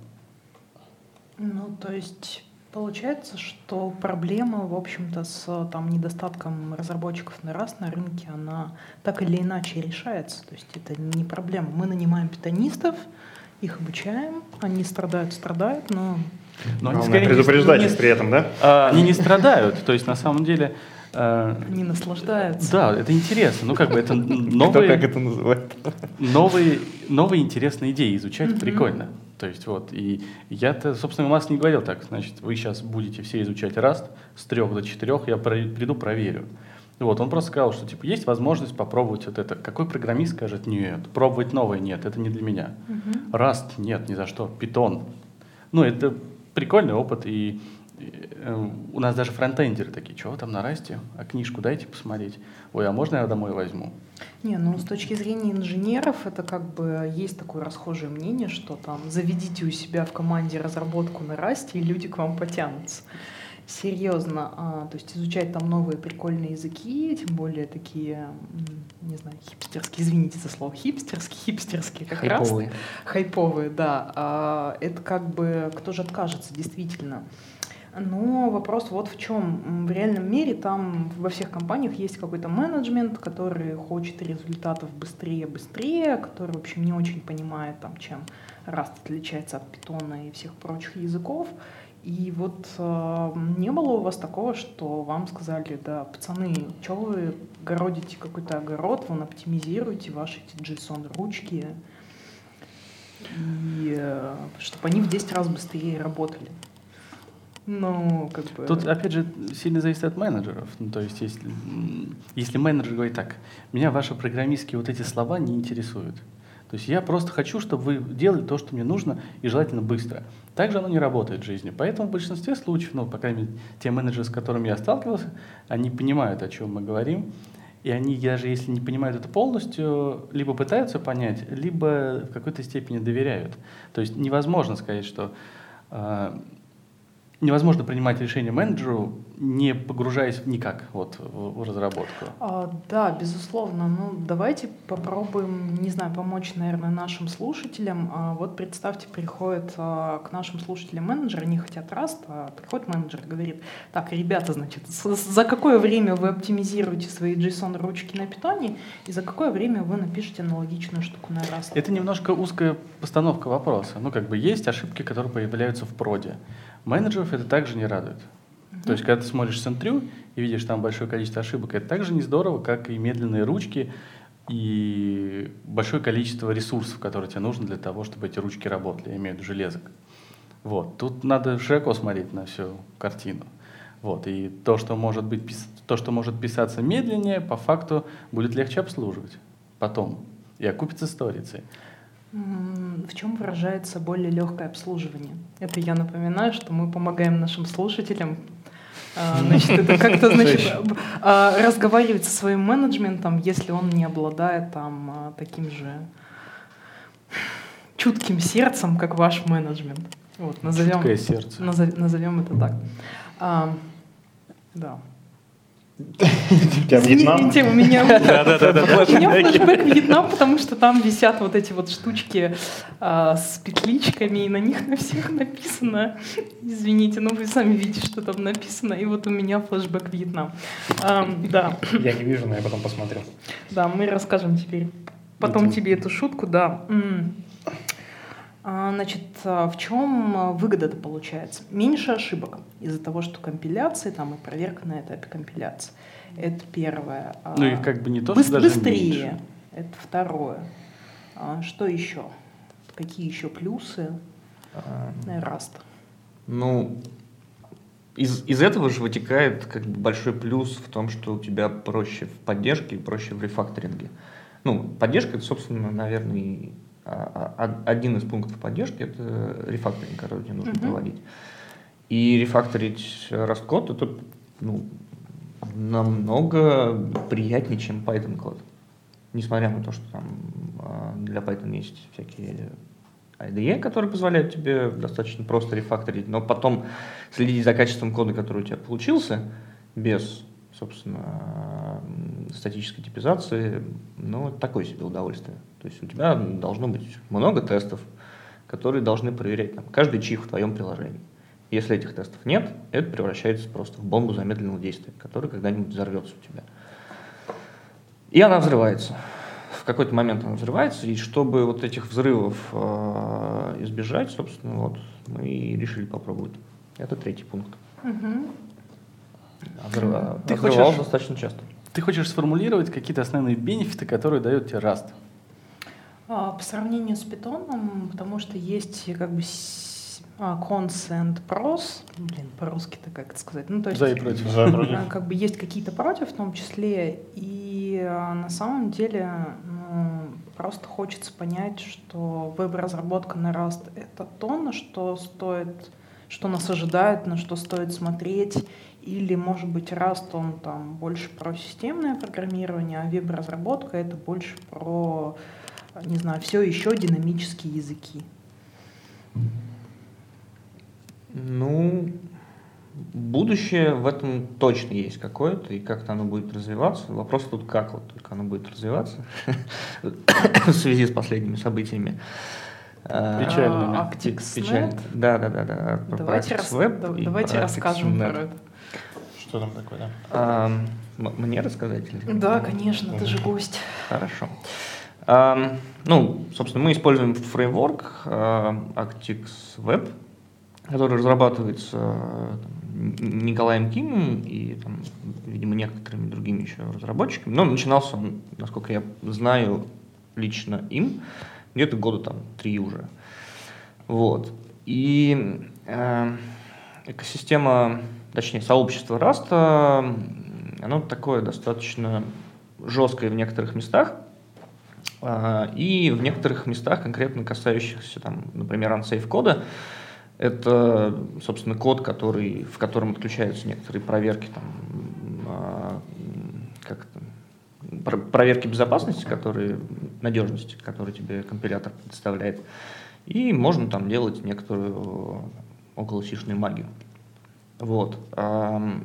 Ну, то есть... Получается, что проблема, в общем-то, с там, недостатком разработчиков на Rust на рынке, она так или иначе решается. То есть это не проблема. Мы нанимаем питонистов, их обучаем, они страдают, страдают, но... Но они скорее предупреждать их при этом, да? А, они не страдают. То есть на самом деле... А, они наслаждаются. Да, это интересно. Ну как бы это новые... Как это называют? Новые, новые интересные идеи изучать прикольно. То есть вот, и я-то, собственно, Макс не говорил так, значит, вы сейчас будете все изучать Rust с трех до четырех, я приду, проверю. Вот, он просто сказал, что типа есть возможность попробовать вот это. Какой программист скажет, нет, пробовать новое, нет, это не для меня. Uh-huh. Rust, нет, ни за что, Python. Ну, это прикольный опыт, и, и э, у нас даже фронтендеры такие, что там на Rust, а книжку дайте посмотреть. Ой, а можно я домой возьму? Не, ну с точки зрения инженеров это как бы есть такое расхожее мнение, что там заведите у себя в команде разработку на Rust, и люди к вам потянутся. Серьезно, а, то есть изучать там новые прикольные языки, тем более такие, не знаю, хипстерские, извините за слово, хипстерские, хипстерские как раз. Хайповые. Хайповые, да. А, это как бы кто же откажется, действительно. Но вопрос вот в чем. В реальном мире там во всех компаниях есть какой-то менеджмент, который хочет результатов быстрее-быстрее, который, в общем, не очень понимает, там, чем Rust отличается от Python и всех прочих языков. И вот э, не было у вас такого, что вам сказали, да, пацаны, что вы городите какой-то огород, вон оптимизируете ваши эти JSON-ручки, и э, чтобы они в десять раз быстрее работали. Ну, как бы... Тут, опять же, сильно зависит от менеджеров. Ну, то есть, если, если менеджер говорит так, меня ваши программистские вот эти слова не интересуют. То есть я просто хочу, чтобы вы делали то, что мне нужно, и желательно быстро. Так же оно не работает в жизни. Поэтому в большинстве случаев, ну, по крайней мере, те менеджеры, с которыми я сталкивался, они понимают, о чем мы говорим. И они, даже если не понимают это полностью, либо пытаются понять, либо в какой-то степени доверяют. То есть невозможно сказать, что... Э, невозможно принимать решение менеджеру не погружаясь никак вот, в, в разработку? А, да, безусловно. Ну, давайте попробуем, не знаю, помочь, наверное, нашим слушателям. А, вот представьте, приходит а, к нашим слушателям менеджер, они хотят Rust, а приходит менеджер и говорит: так, ребята, значит, с, за какое время вы оптимизируете свои JSON-ручки на Python, и за какое время вы напишете аналогичную штуку на Rust? Это немножко узкая постановка вопроса. Ну, как бы есть ошибки, которые появляются в проде. Менеджеров это также не радует. Uh-huh. То есть, когда ты смотришь Сентрю и видишь там большое количество ошибок, это также не здорово, как и медленные ручки и большое количество ресурсов, которые тебе нужно для того, чтобы эти ручки работали, я имею в виду железок. Вот. Тут надо широко смотреть на всю картину. Вот. И то, что может быть, то, что может писаться медленнее, по факту будет легче обслуживать потом и окупится сторицей. В чем выражается более легкое обслуживание? Это я напоминаю, что мы помогаем нашим слушателям, значит, это как-то, значит, разговаривать со своим менеджментом, если он не обладает там таким же чутким сердцем, как ваш менеджмент. Вот, назовем, чуткое сердце. Назов, назовем это так. А, да. Извините, у меня флешбэк Вьетнам, потому что там висят вот эти вот штучки а, с петличками, и на них на всех написано. Извините, но вы сами видите, что там написано, и вот у меня флешбэк Вьетнам. А, да. Я не вижу, но я потом посмотрю. Да, мы расскажем теперь потом Видим. тебе эту шутку, да. Значит, в чем выгода-то получается? Меньше ошибок из-за того, что компиляции там, и проверка на этапе компиляции. Это первое. Ну и как бы не то, Быс- что даже быстрее. меньше. Это второе. Что еще? Какие еще плюсы А, Rust? Ну, из, из этого же вытекает как бы большой плюс в том, что у тебя проще в поддержке и проще в рефакторинге. Ну, поддержка — это, собственно, наверное, один из пунктов поддержки — это рефакторинг, который тебе нужно uh-huh. проводить. И рефакторить Rust-код — это ну, намного приятнее, чем Python-код. Несмотря на то, что там для Python есть всякие ай ди и, которые позволяют тебе достаточно просто рефакторить, но потом следить за качеством кода, который у тебя получился, без, собственно, статической типизации, ну, такое себе удовольствие. То есть у тебя должно быть много тестов, которые должны проверять там, каждый чих в твоем приложении. Если этих тестов нет, это превращается просто в бомбу замедленного действия, которая когда-нибудь взорвется у тебя. И она взрывается. В какой-то момент она взрывается, и чтобы вот этих взрывов э, избежать, собственно, вот мы и решили попробовать. Это третий пункт. Угу. Взрыв, Ты взрывал хочешь, достаточно часто. Ты хочешь сформулировать какие-то основные бенефиты, которые дает тебе Rust? А, по сравнению с Python, потому что есть как бы cons and pros, блин, по-русски-то как это сказать, ну то есть за и против. За и против. Как бы есть какие-то против в том числе, и на самом деле ну, просто хочется понять, что веб-разработка на Rust — это то, на что стоит, что нас ожидает, на что стоит смотреть, или, может быть, Rust, он там больше про системное программирование, а веб-разработка — это больше про, не знаю, все еще динамические языки. Ну, будущее в этом точно есть какое-то, и как-то оно будет развиваться. Вопрос тут как вот только оно будет развиваться в связи с последними событиями. Печальными. Actix.net. Да, да, да, да. Давайте, рас... Давайте расскажем про это. Что там такое, да? А, мне рассказать? Или? Да, конечно, ты же гость. Хорошо. А, ну, собственно, мы используем фреймворк Actix Web, который разрабатывается там, Николаем Кимом и, там, видимо, некоторыми другими еще разработчиками. Но начинался он, насколько я знаю, лично им где-то года там три уже. Вот. И э, экосистема, точнее, сообщество Rust, оно такое достаточно жесткое в некоторых местах, э, и в некоторых местах, конкретно касающихся, там, например, unsafe кода. Это, собственно, код, который, в котором отключаются некоторые проверки, там, как это, про, проверки безопасности, которые, надежности, которые тебе компилятор предоставляет. И можно там делать некоторую околосишную магию. Вот.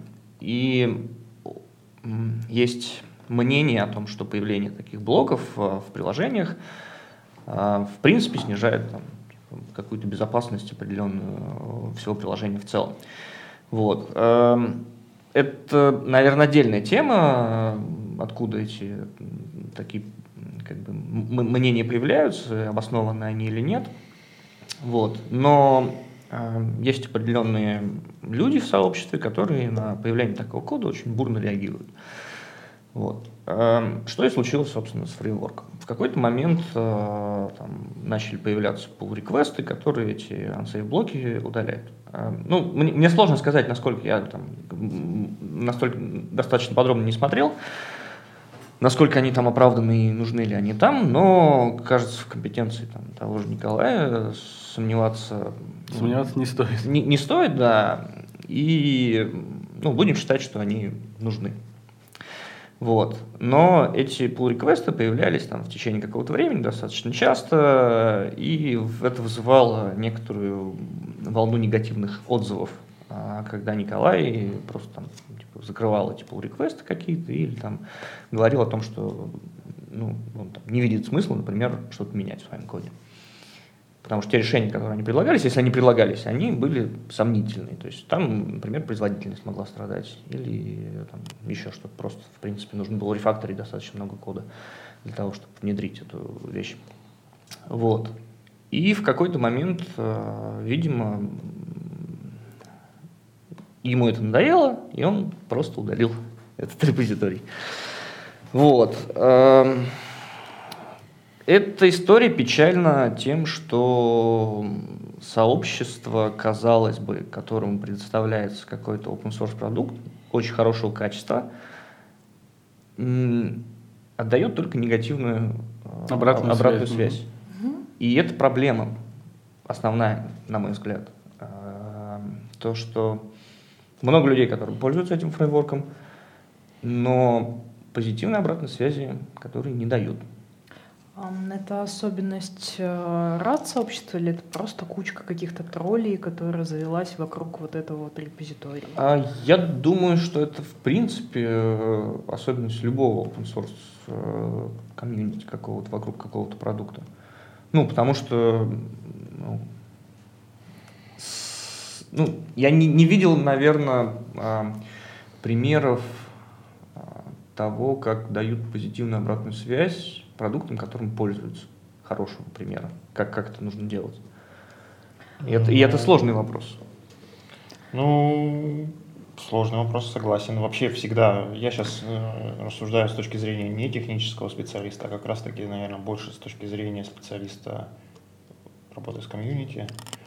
И есть мнение о том, что появление таких блоков в приложениях в принципе снижает там какую-то безопасность определенную всего приложения в целом. Вот. Это, наверное, отдельная тема, откуда эти такие как бы, мнения появляются, обоснованы они или нет. Вот. Но э, есть определенные люди в сообществе, которые на появление такого кода очень бурно реагируют. Вот. Э, что и случилось, собственно, с фреймворком. В какой-то момент э, там, начали появляться pull-реквесты, которые эти unsafe блоки удаляют. Э, ну, мне, мне сложно сказать, насколько я там, настолько достаточно подробно не смотрел, насколько они там оправданы и нужны ли они там, но, кажется, в компетенции там, того же Николая сомневаться... Сомневаться не стоит. Не, не стоит, да. И ну, будем считать, что они нужны. Вот. Но эти pull-реквесты появлялись там в течение какого-то времени достаточно часто, и это вызывало некоторую волну негативных отзывов, когда Николай просто там, типа, закрывал эти pull-реквесты какие-то или там говорил о том, что ну, он там, не видит смысла, например, что-то менять в своем коде. Потому что те решения, которые они предлагались, если они предлагались, они были сомнительные. То есть там, например, производительность могла страдать или там, еще что-то. Просто, в принципе, нужно было рефакторить достаточно много кода для того, чтобы внедрить эту вещь. Вот. И в какой-то момент, видимо, ему это надоело, и он просто удалил этот репозиторий. Вот. Эта история печальна тем, что сообщество, казалось бы, которому предоставляется какой-то open-source продукт очень хорошего качества, отдает только негативную обратную, обратную связь. связь. Mm-hmm. И это проблема основная, на мой взгляд. То, что много людей, которые пользуются этим фреймворком, но позитивной обратной связи, которые не дают. Это особенность рад-сообщества или это просто кучка каких-то троллей, которая завелась вокруг вот этого вот репозитория? А я думаю, что это в принципе особенность любого open-source комьюнити какого-то, вокруг какого-то продукта. Ну, потому что ну, с, ну, я не, не видел, наверное, примеров того, как дают позитивную обратную связь продуктам, которым пользуются. Хорошего примера. Как, как это нужно делать. И это, и это сложный вопрос. Ну, сложный вопрос, согласен. Вообще всегда, я сейчас э, рассуждаю с точки зрения не технического специалиста, а как раз таки, наверное, больше с точки зрения специалиста работы с комьюнити.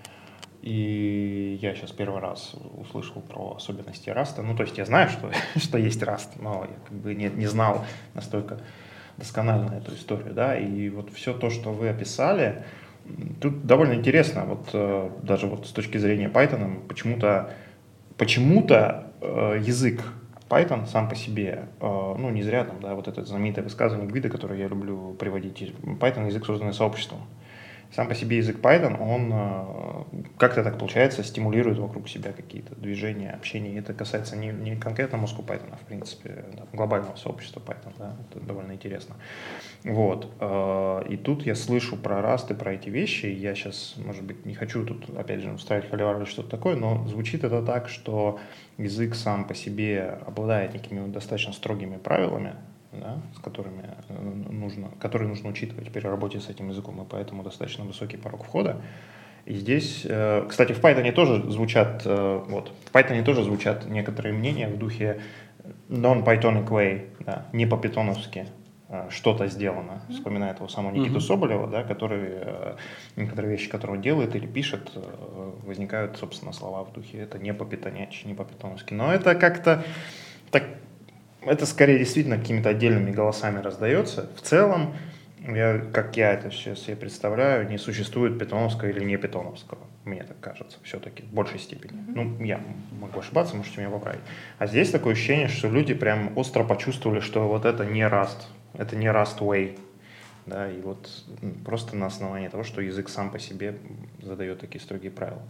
И я сейчас первый раз услышал про особенности Rust. Ну, то есть я знаю, что, что есть Rust, но я как бы не, не знал настолько досконально эту историю, да, и вот все то, что вы описали, тут довольно интересно, вот э, даже вот с точки зрения Python, почему-то, почему-то э, язык Python сам по себе, э, ну, не зря там, да, вот это знаменитое высказывание Гвида, которое я люблю приводить, Python — язык, созданный сообществом. Сам по себе язык Python, он как-то так получается, стимулирует вокруг себя какие-то движения, общение. И это касается не, не конкретно мозгу Python, а в принципе да, глобального сообщества Python. Да, это довольно интересно. Вот. И тут я слышу про Rust и про эти вещи. Я сейчас, может быть, не хочу тут, опять же, устраивать холивар или что-то такое, но звучит это так, что язык сам по себе обладает некими достаточно строгими правилами, да, с которыми нужно, которые нужно учитывать при работе с этим языком, и поэтому достаточно высокий порог входа. И здесь, кстати, в Python тоже звучат, вот, в Python тоже звучат некоторые мнения в духе non-Pythonic way, да, не по-питоновски что-то сделано. Вспоминая того самого Никиту mm-hmm. Соболева, да, который некоторые вещи, которые он делает или пишет, возникают, собственно, слова в духе это не по-питонячи, не по-питоновски. Но это как-то так. Это скорее действительно какими-то отдельными голосами раздается. В целом, я, как я это сейчас себе представляю, не существует питоновского или не питоновского. Мне так кажется, все-таки в большей степени. Mm-hmm. Ну, я могу ошибаться, можете меня поправить. А здесь такое ощущение, что люди прям остро почувствовали, что вот это не Rust, это не Rust way. Да, и вот просто на основании того, что язык сам по себе задает такие строгие правила.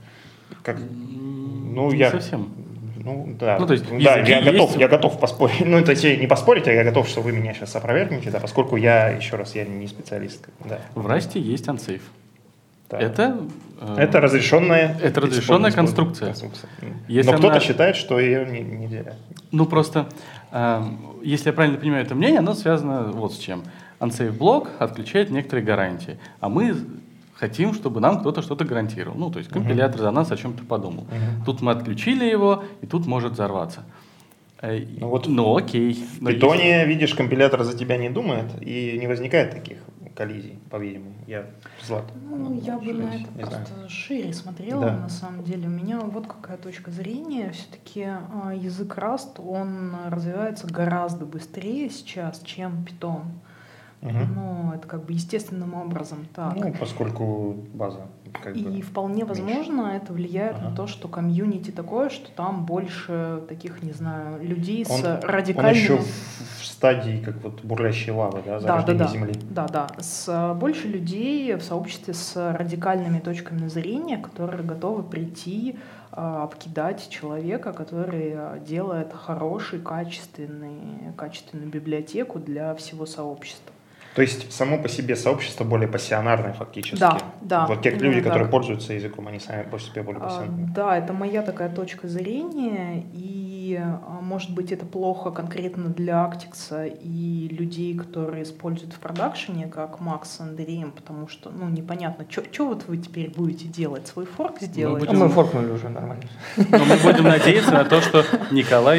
Как? Ну, не я... совсем. Ну, да, ну, то есть, да я, есть... готов, я готов поспорить. Ну, это не поспорить, а я готов, что вы меня сейчас опровергнете, да, поскольку я, еще раз, я не специалист. Да. В Расте есть Unsafe. Да. Это, э, это разрешенная, это разрешенная конструкция. конструкция. Если Но кто-то она... считает, что ее не, нельзя. Ну, просто, э, если я правильно понимаю это мнение, оно связано вот с чем. Unsafe блок отключает некоторые гарантии, а мы хотим, чтобы нам кто-то что-то гарантировал. Ну, то есть компилятор uh-huh. за нас о чем-то подумал. Uh-huh. Тут мы отключили его, и тут может взорваться. Ну, вот ну окей. В Python, если... видишь, компилятор за тебя не думает, и не возникает таких коллизий, по-видимому. Я Злат. Ну, я бы на это просто знаю. шире смотрела, да. на самом деле. У меня вот какая точка зрения. Все-таки язык Rust, он развивается гораздо быстрее сейчас, чем Python. Угу. Ну, это как бы естественным образом так. Ну, поскольку база. Как и бы вполне возможно, меньше. Это влияет ага. на то, что комьюнити такое, что там больше таких, не знаю, людей он, с радикальными... Он еще в, в стадии, как вот бурлящей лавы, да, зарождения да, да, Земли. Да, да. С больше людей в сообществе с радикальными точками зрения, которые готовы прийти, обкидать человека, который делает хороший, качественный, качественную библиотеку для всего сообщества. То есть само по себе сообщество более пассионарное фактически. Да, да. Вот те люди, которые так. пользуются языком, они сами по себе более пассионарные. А, да, это моя такая точка зрения, и может быть это плохо конкретно для Actix и людей, которые используют в продакшене, как Макс с Андреем, потому что, ну, непонятно, что вот вы теперь будете делать, свой форк сделать? Мы, будем... мы форкнули уже нормально. Но мы будем надеяться на то, что Николай...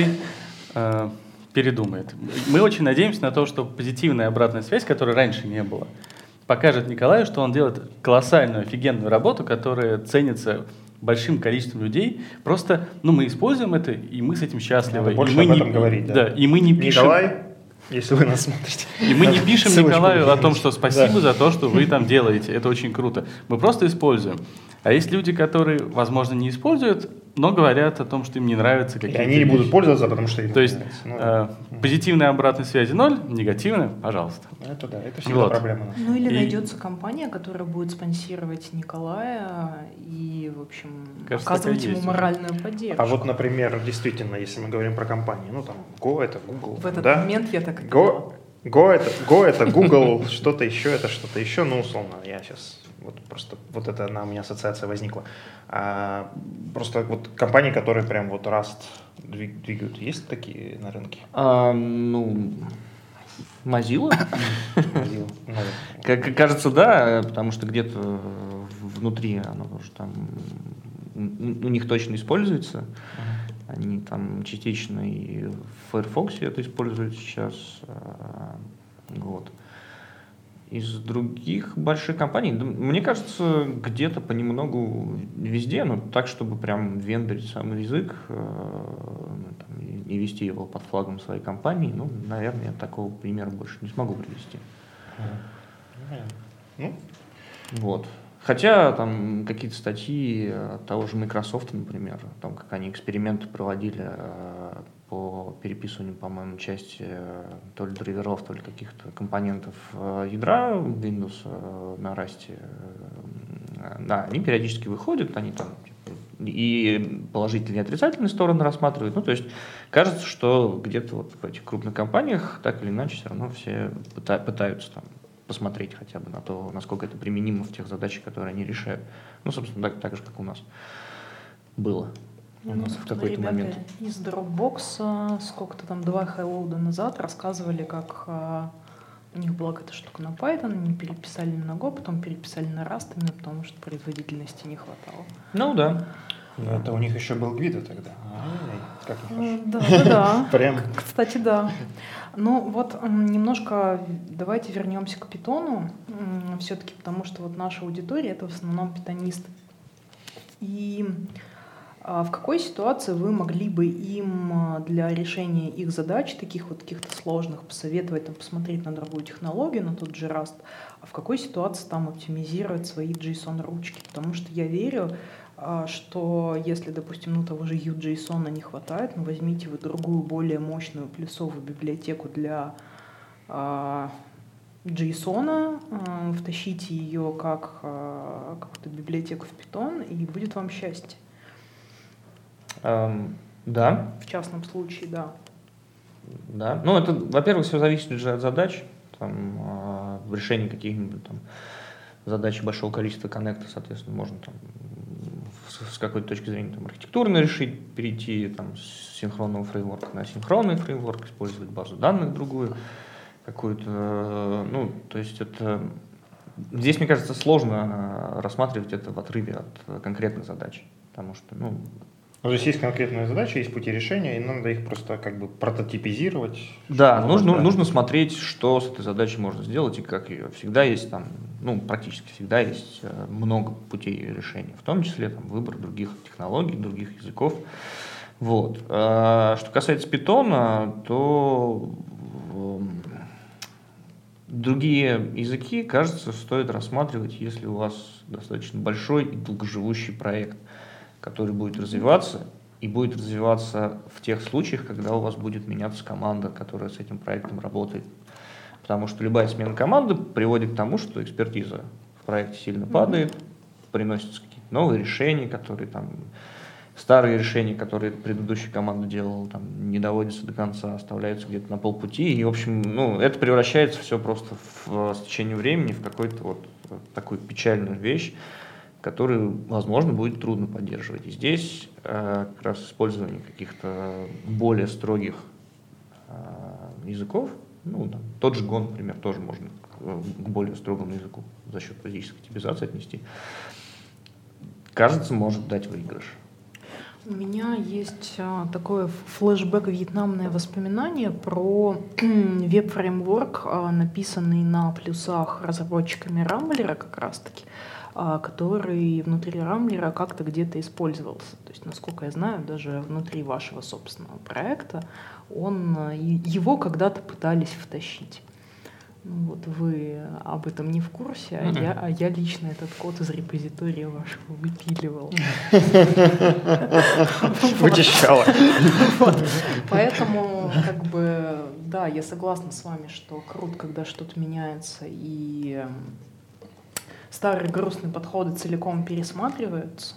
передумает. Мы очень надеемся на то, что позитивная обратная связь, которой раньше не было, покажет Николаю, что он делает колоссальную, офигенную работу, которая ценится большим количеством людей. Просто, ну, мы используем это, и мы с этим счастливы. Надо больше и мы об этом не, говорить, да. да. И мы не пишем... Николай, если вы нас смотрите. И мы не пишем Николаю о том, что спасибо да. за то, что вы там делаете. Это очень круто. Мы просто используем. А есть люди, которые, возможно, не используют, но говорят о том, что им не нравятся какие-то И они не вещи. будут пользоваться, потому что им То есть не нравится. Ну, э, да. позитивной обратной связи ноль, негативной, пожалуйста. Это да, это всегда вот. проблема. Ну или и... найдется компания, которая будет спонсировать Николая и, в общем, Кажется, оказывать ему моральную поддержку. А вот, например, действительно, если мы говорим про компании, ну там Go это Google. В этот да? момент я так и Go, Go это, Go это Google, что-то еще, это что-то еще, ну условно, я сейчас... Вот просто вот это на у меня ассоциация возникла. А, просто вот компании, которые прям вот Rust двигают, есть такие на рынке? А, ну, Mozilla? Mozilla. Как кажется, да, потому что где-то внутри оно тоже там у них точно используется. Они там частично и в Firefox это используют сейчас. Вот. Из других больших компаний, мне кажется, где-то понемногу везде, но так, чтобы прям вендорить сам язык э, там, и, и вести его под флагом своей компании, ну, наверное, я такого примера больше не смогу привести. Ну, вот. Хотя там какие-то статьи того же Microsoft, например, там, как они эксперименты проводили э, по переписыванию, по-моему, части то ли драйверов, то ли каких-то компонентов ядра Windows на Rust. Да, они периодически выходят, они там и положительные, и отрицательные стороны рассматривают. Ну, то есть кажется, что где-то вот в этих крупных компаниях так или иначе все равно все пытаются там посмотреть хотя бы на то, насколько это применимо в тех задачах, которые они решают. Ну, собственно, так, так же, как у нас было. У нас в какой-то момент из Dropbox сколько-то там два хайлоуда назад рассказывали, как а, у них была какая-то штука на Python, они переписали на Go, потом переписали на Rust, именно потому что производительности не хватало. Ну да. Но это у них еще был Гвида тогда. Как да, да, да. Прям. Кстати, да. Ну вот немножко давайте вернемся к Python, все-таки потому что вот наша аудитория это в основном питонисты. И в какой ситуации вы могли бы им для решения их задач, таких вот каких-то сложных, посоветовать, там, посмотреть на другую технологию, на тот же Rust, а в какой ситуации там оптимизировать свои JSON-ручки? Потому что я верю, что если, допустим, ну, того же U-JSON не хватает, ну, возьмите вы другую, более мощную плюсовую библиотеку для а, JSON, а, втащите ее как а, какую-то библиотеку в Python, и будет вам счастье. Эм, да. В частном случае, да. Да. Ну, это, во-первых, все зависит же от задач. Там, э, в решении каких-нибудь там задач большого количества коннектов, соответственно, можно там с, с какой-то точки зрения там, архитектурно решить, перейти там, с синхронного фреймворка на синхронный фреймворк, использовать базу данных другую какую-то. Ну, то есть это... Здесь, мне кажется, сложно рассматривать это в отрыве от конкретных задач, потому что, ну... То есть есть конкретные задачи, есть пути решения, и надо их просто как бы прототипизировать. Да, нужно, нужно смотреть, что с этой задачей можно сделать и как ее. Всегда есть там, ну, практически всегда есть много путей решения, в том числе там, выбор других технологий, других языков. Вот. А что касается Python, то другие языки, кажется, стоит рассматривать, если у вас достаточно большой и долгоживущий проект, который будет развиваться, и будет развиваться в тех случаях, когда у вас будет меняться команда, которая с этим проектом работает. Потому что любая смена команды приводит к тому, что экспертиза в проекте сильно падает, приносятся какие-то новые решения, которые там, старые решения, которые предыдущая команда делала, там, не доводятся до конца, оставляются где-то на полпути. И, в общем, ну, это превращается все просто в, с течением времени в какую-то вот такую печальную вещь, которую, возможно, будет трудно поддерживать. И здесь э, как раз использование каких-то более строгих э, языков, ну, там, тот же Go, например, тоже можно к, к более строгому языку за счет физической типизации отнести, кажется, может дать выигрыш. У меня есть а, такое флешбэк, вьетнамное воспоминание про веб-фреймворк, а, написанный на плюсах разработчиками Рамблера как раз-таки, а, который внутри Рамблера как-то где-то использовался. То есть, насколько я знаю, даже внутри вашего собственного проекта он, его когда-то пытались втащить. Ну, вот вы об этом не в курсе, а, mm-hmm. я, а я лично этот код из репозитория вашего выпиливал. Вычищала. Поэтому, как бы, да, я согласна с вами, что круто, когда что-то меняется, и старые грустные подходы целиком пересматриваются.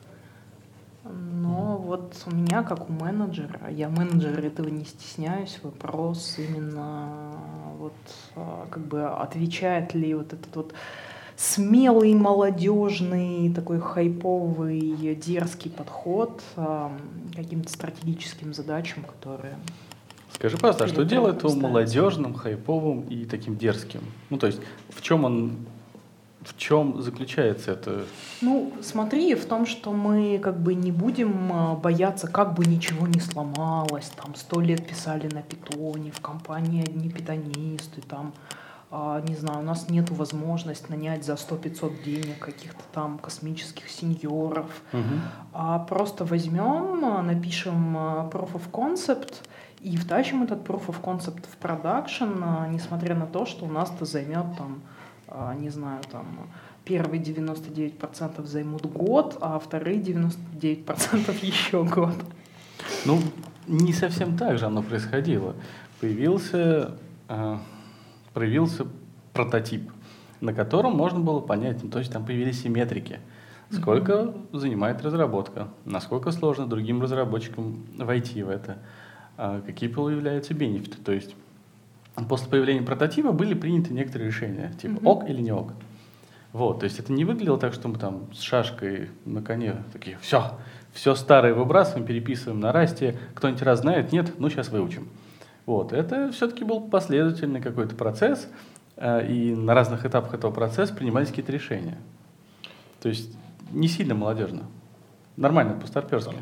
Но вот у меня, как у менеджера, я менеджер, этого не стесняюсь, вопрос именно вот как бы отвечает ли вот этот вот смелый, молодежный, такой хайповый, дерзкий подход каким-то стратегическим задачам, которые... Скажи, пожалуйста, а что делает его молодежным, хайповым и таким дерзким? Ну, то есть в чем он... В чем заключается это? Ну, смотри, в том, что мы как бы не будем бояться, как бы ничего не сломалось. Там сто лет писали на питоне, в компании одни питонисты, там, а, не знаю, у нас нет возможности нанять за сто-пятьсот денег каких-то там космических сеньоров. Угу. А просто возьмем, напишем proof of concept и втащим этот proof of concept в продакшн, несмотря на то, что у нас это займет там, не знаю, там, первые девяносто девять процентов займут год, а вторые девяносто девять процентов еще год. Ну, не совсем так же оно происходило. Появился, э, появился прототип, на котором можно было понять, ну, то есть там появились все метрики. Сколько mm-hmm. занимает разработка, насколько сложно другим разработчикам войти в это, э, какие появляются бенефиты. То есть после появления прототипа были приняты некоторые решения, типа mm-hmm. ок или не ок. Вот, то есть это не выглядело так, что мы там с шашкой на коне такие, все, все старое выбрасываем, переписываем на расте, кто-нибудь раз знает, нет, ну сейчас выучим. Вот, это все-таки был последовательный какой-то процесс, э, и на разных этапах этого процесса принимались какие-то решения. То есть не сильно молодежно. Нормально, по-старперски.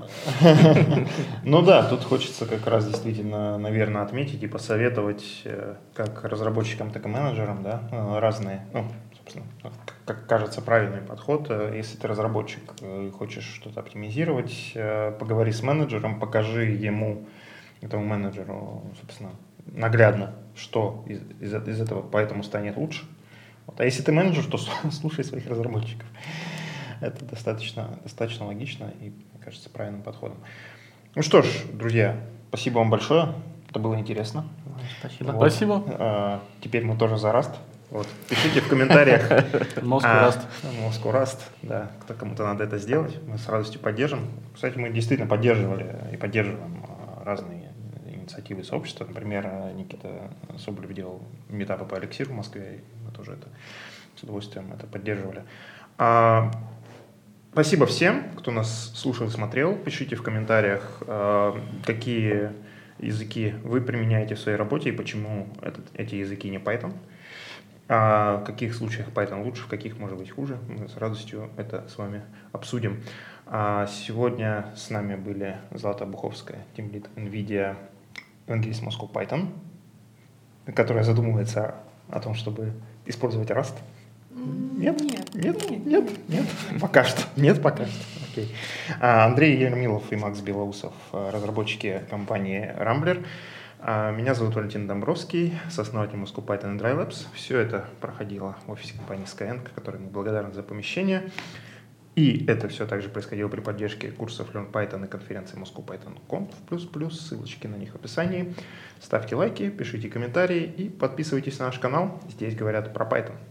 Ну да, тут хочется как раз действительно, наверное, отметить и посоветовать как разработчикам, так и менеджерам, да, разные, ну, собственно, как кажется, правильный подход. Если ты разработчик и хочешь что-то оптимизировать, поговори с менеджером, покажи ему, этому менеджеру, собственно, наглядно, что из, из, из этого поэтому станет лучше. Вот. А если ты менеджер, то слушай своих разработчиков. Это достаточно, достаточно логично и, мне кажется, правильным подходом. Ну что ж, друзья, спасибо вам большое. Это было интересно. Спасибо. Вот. Спасибо. А, теперь мы тоже за Rust. Вот. Пишите в комментариях. Moscow Rust. Moscow Rust, да. Кто кому-то надо это сделать, мы с радостью поддержим. Кстати, мы действительно поддерживали и поддерживаем разные инициативы сообщества. Например, Никита Соболев делал митапы по эликсиру в Москве, и мы тоже это с удовольствием это поддерживали. А, спасибо всем, кто нас слушал и смотрел. Пишите в комментариях, а, какие языки вы применяете в своей работе и почему этот, эти языки не Python. А в каких случаях Python лучше, в каких может быть хуже. Мы с радостью это с вами обсудим. А сегодня с нами были Злата Буховская, тимлид NVIDIA Evangelist Moscow Python, которая задумывается о том, чтобы использовать Rust. Нет? Нет. Нет? Нет? Нет? Нет? Пока что. Нет, пока что. Окей. А Андрей Ермилов и Макс Белоусов, разработчики компании Rambler. А меня зовут Валентин Домбровский, сооснователь Moscow Python и Dry Labs. Все это проходило в офисе компании Skyeng, которой мы благодарны за помещение. И это все также происходило при поддержке курсов Learn Python и конференции Moscow Python Conf плюс плюс. Ссылочки на них в описании. Ставьте лайки, пишите комментарии и подписывайтесь на наш канал. Здесь говорят про Python.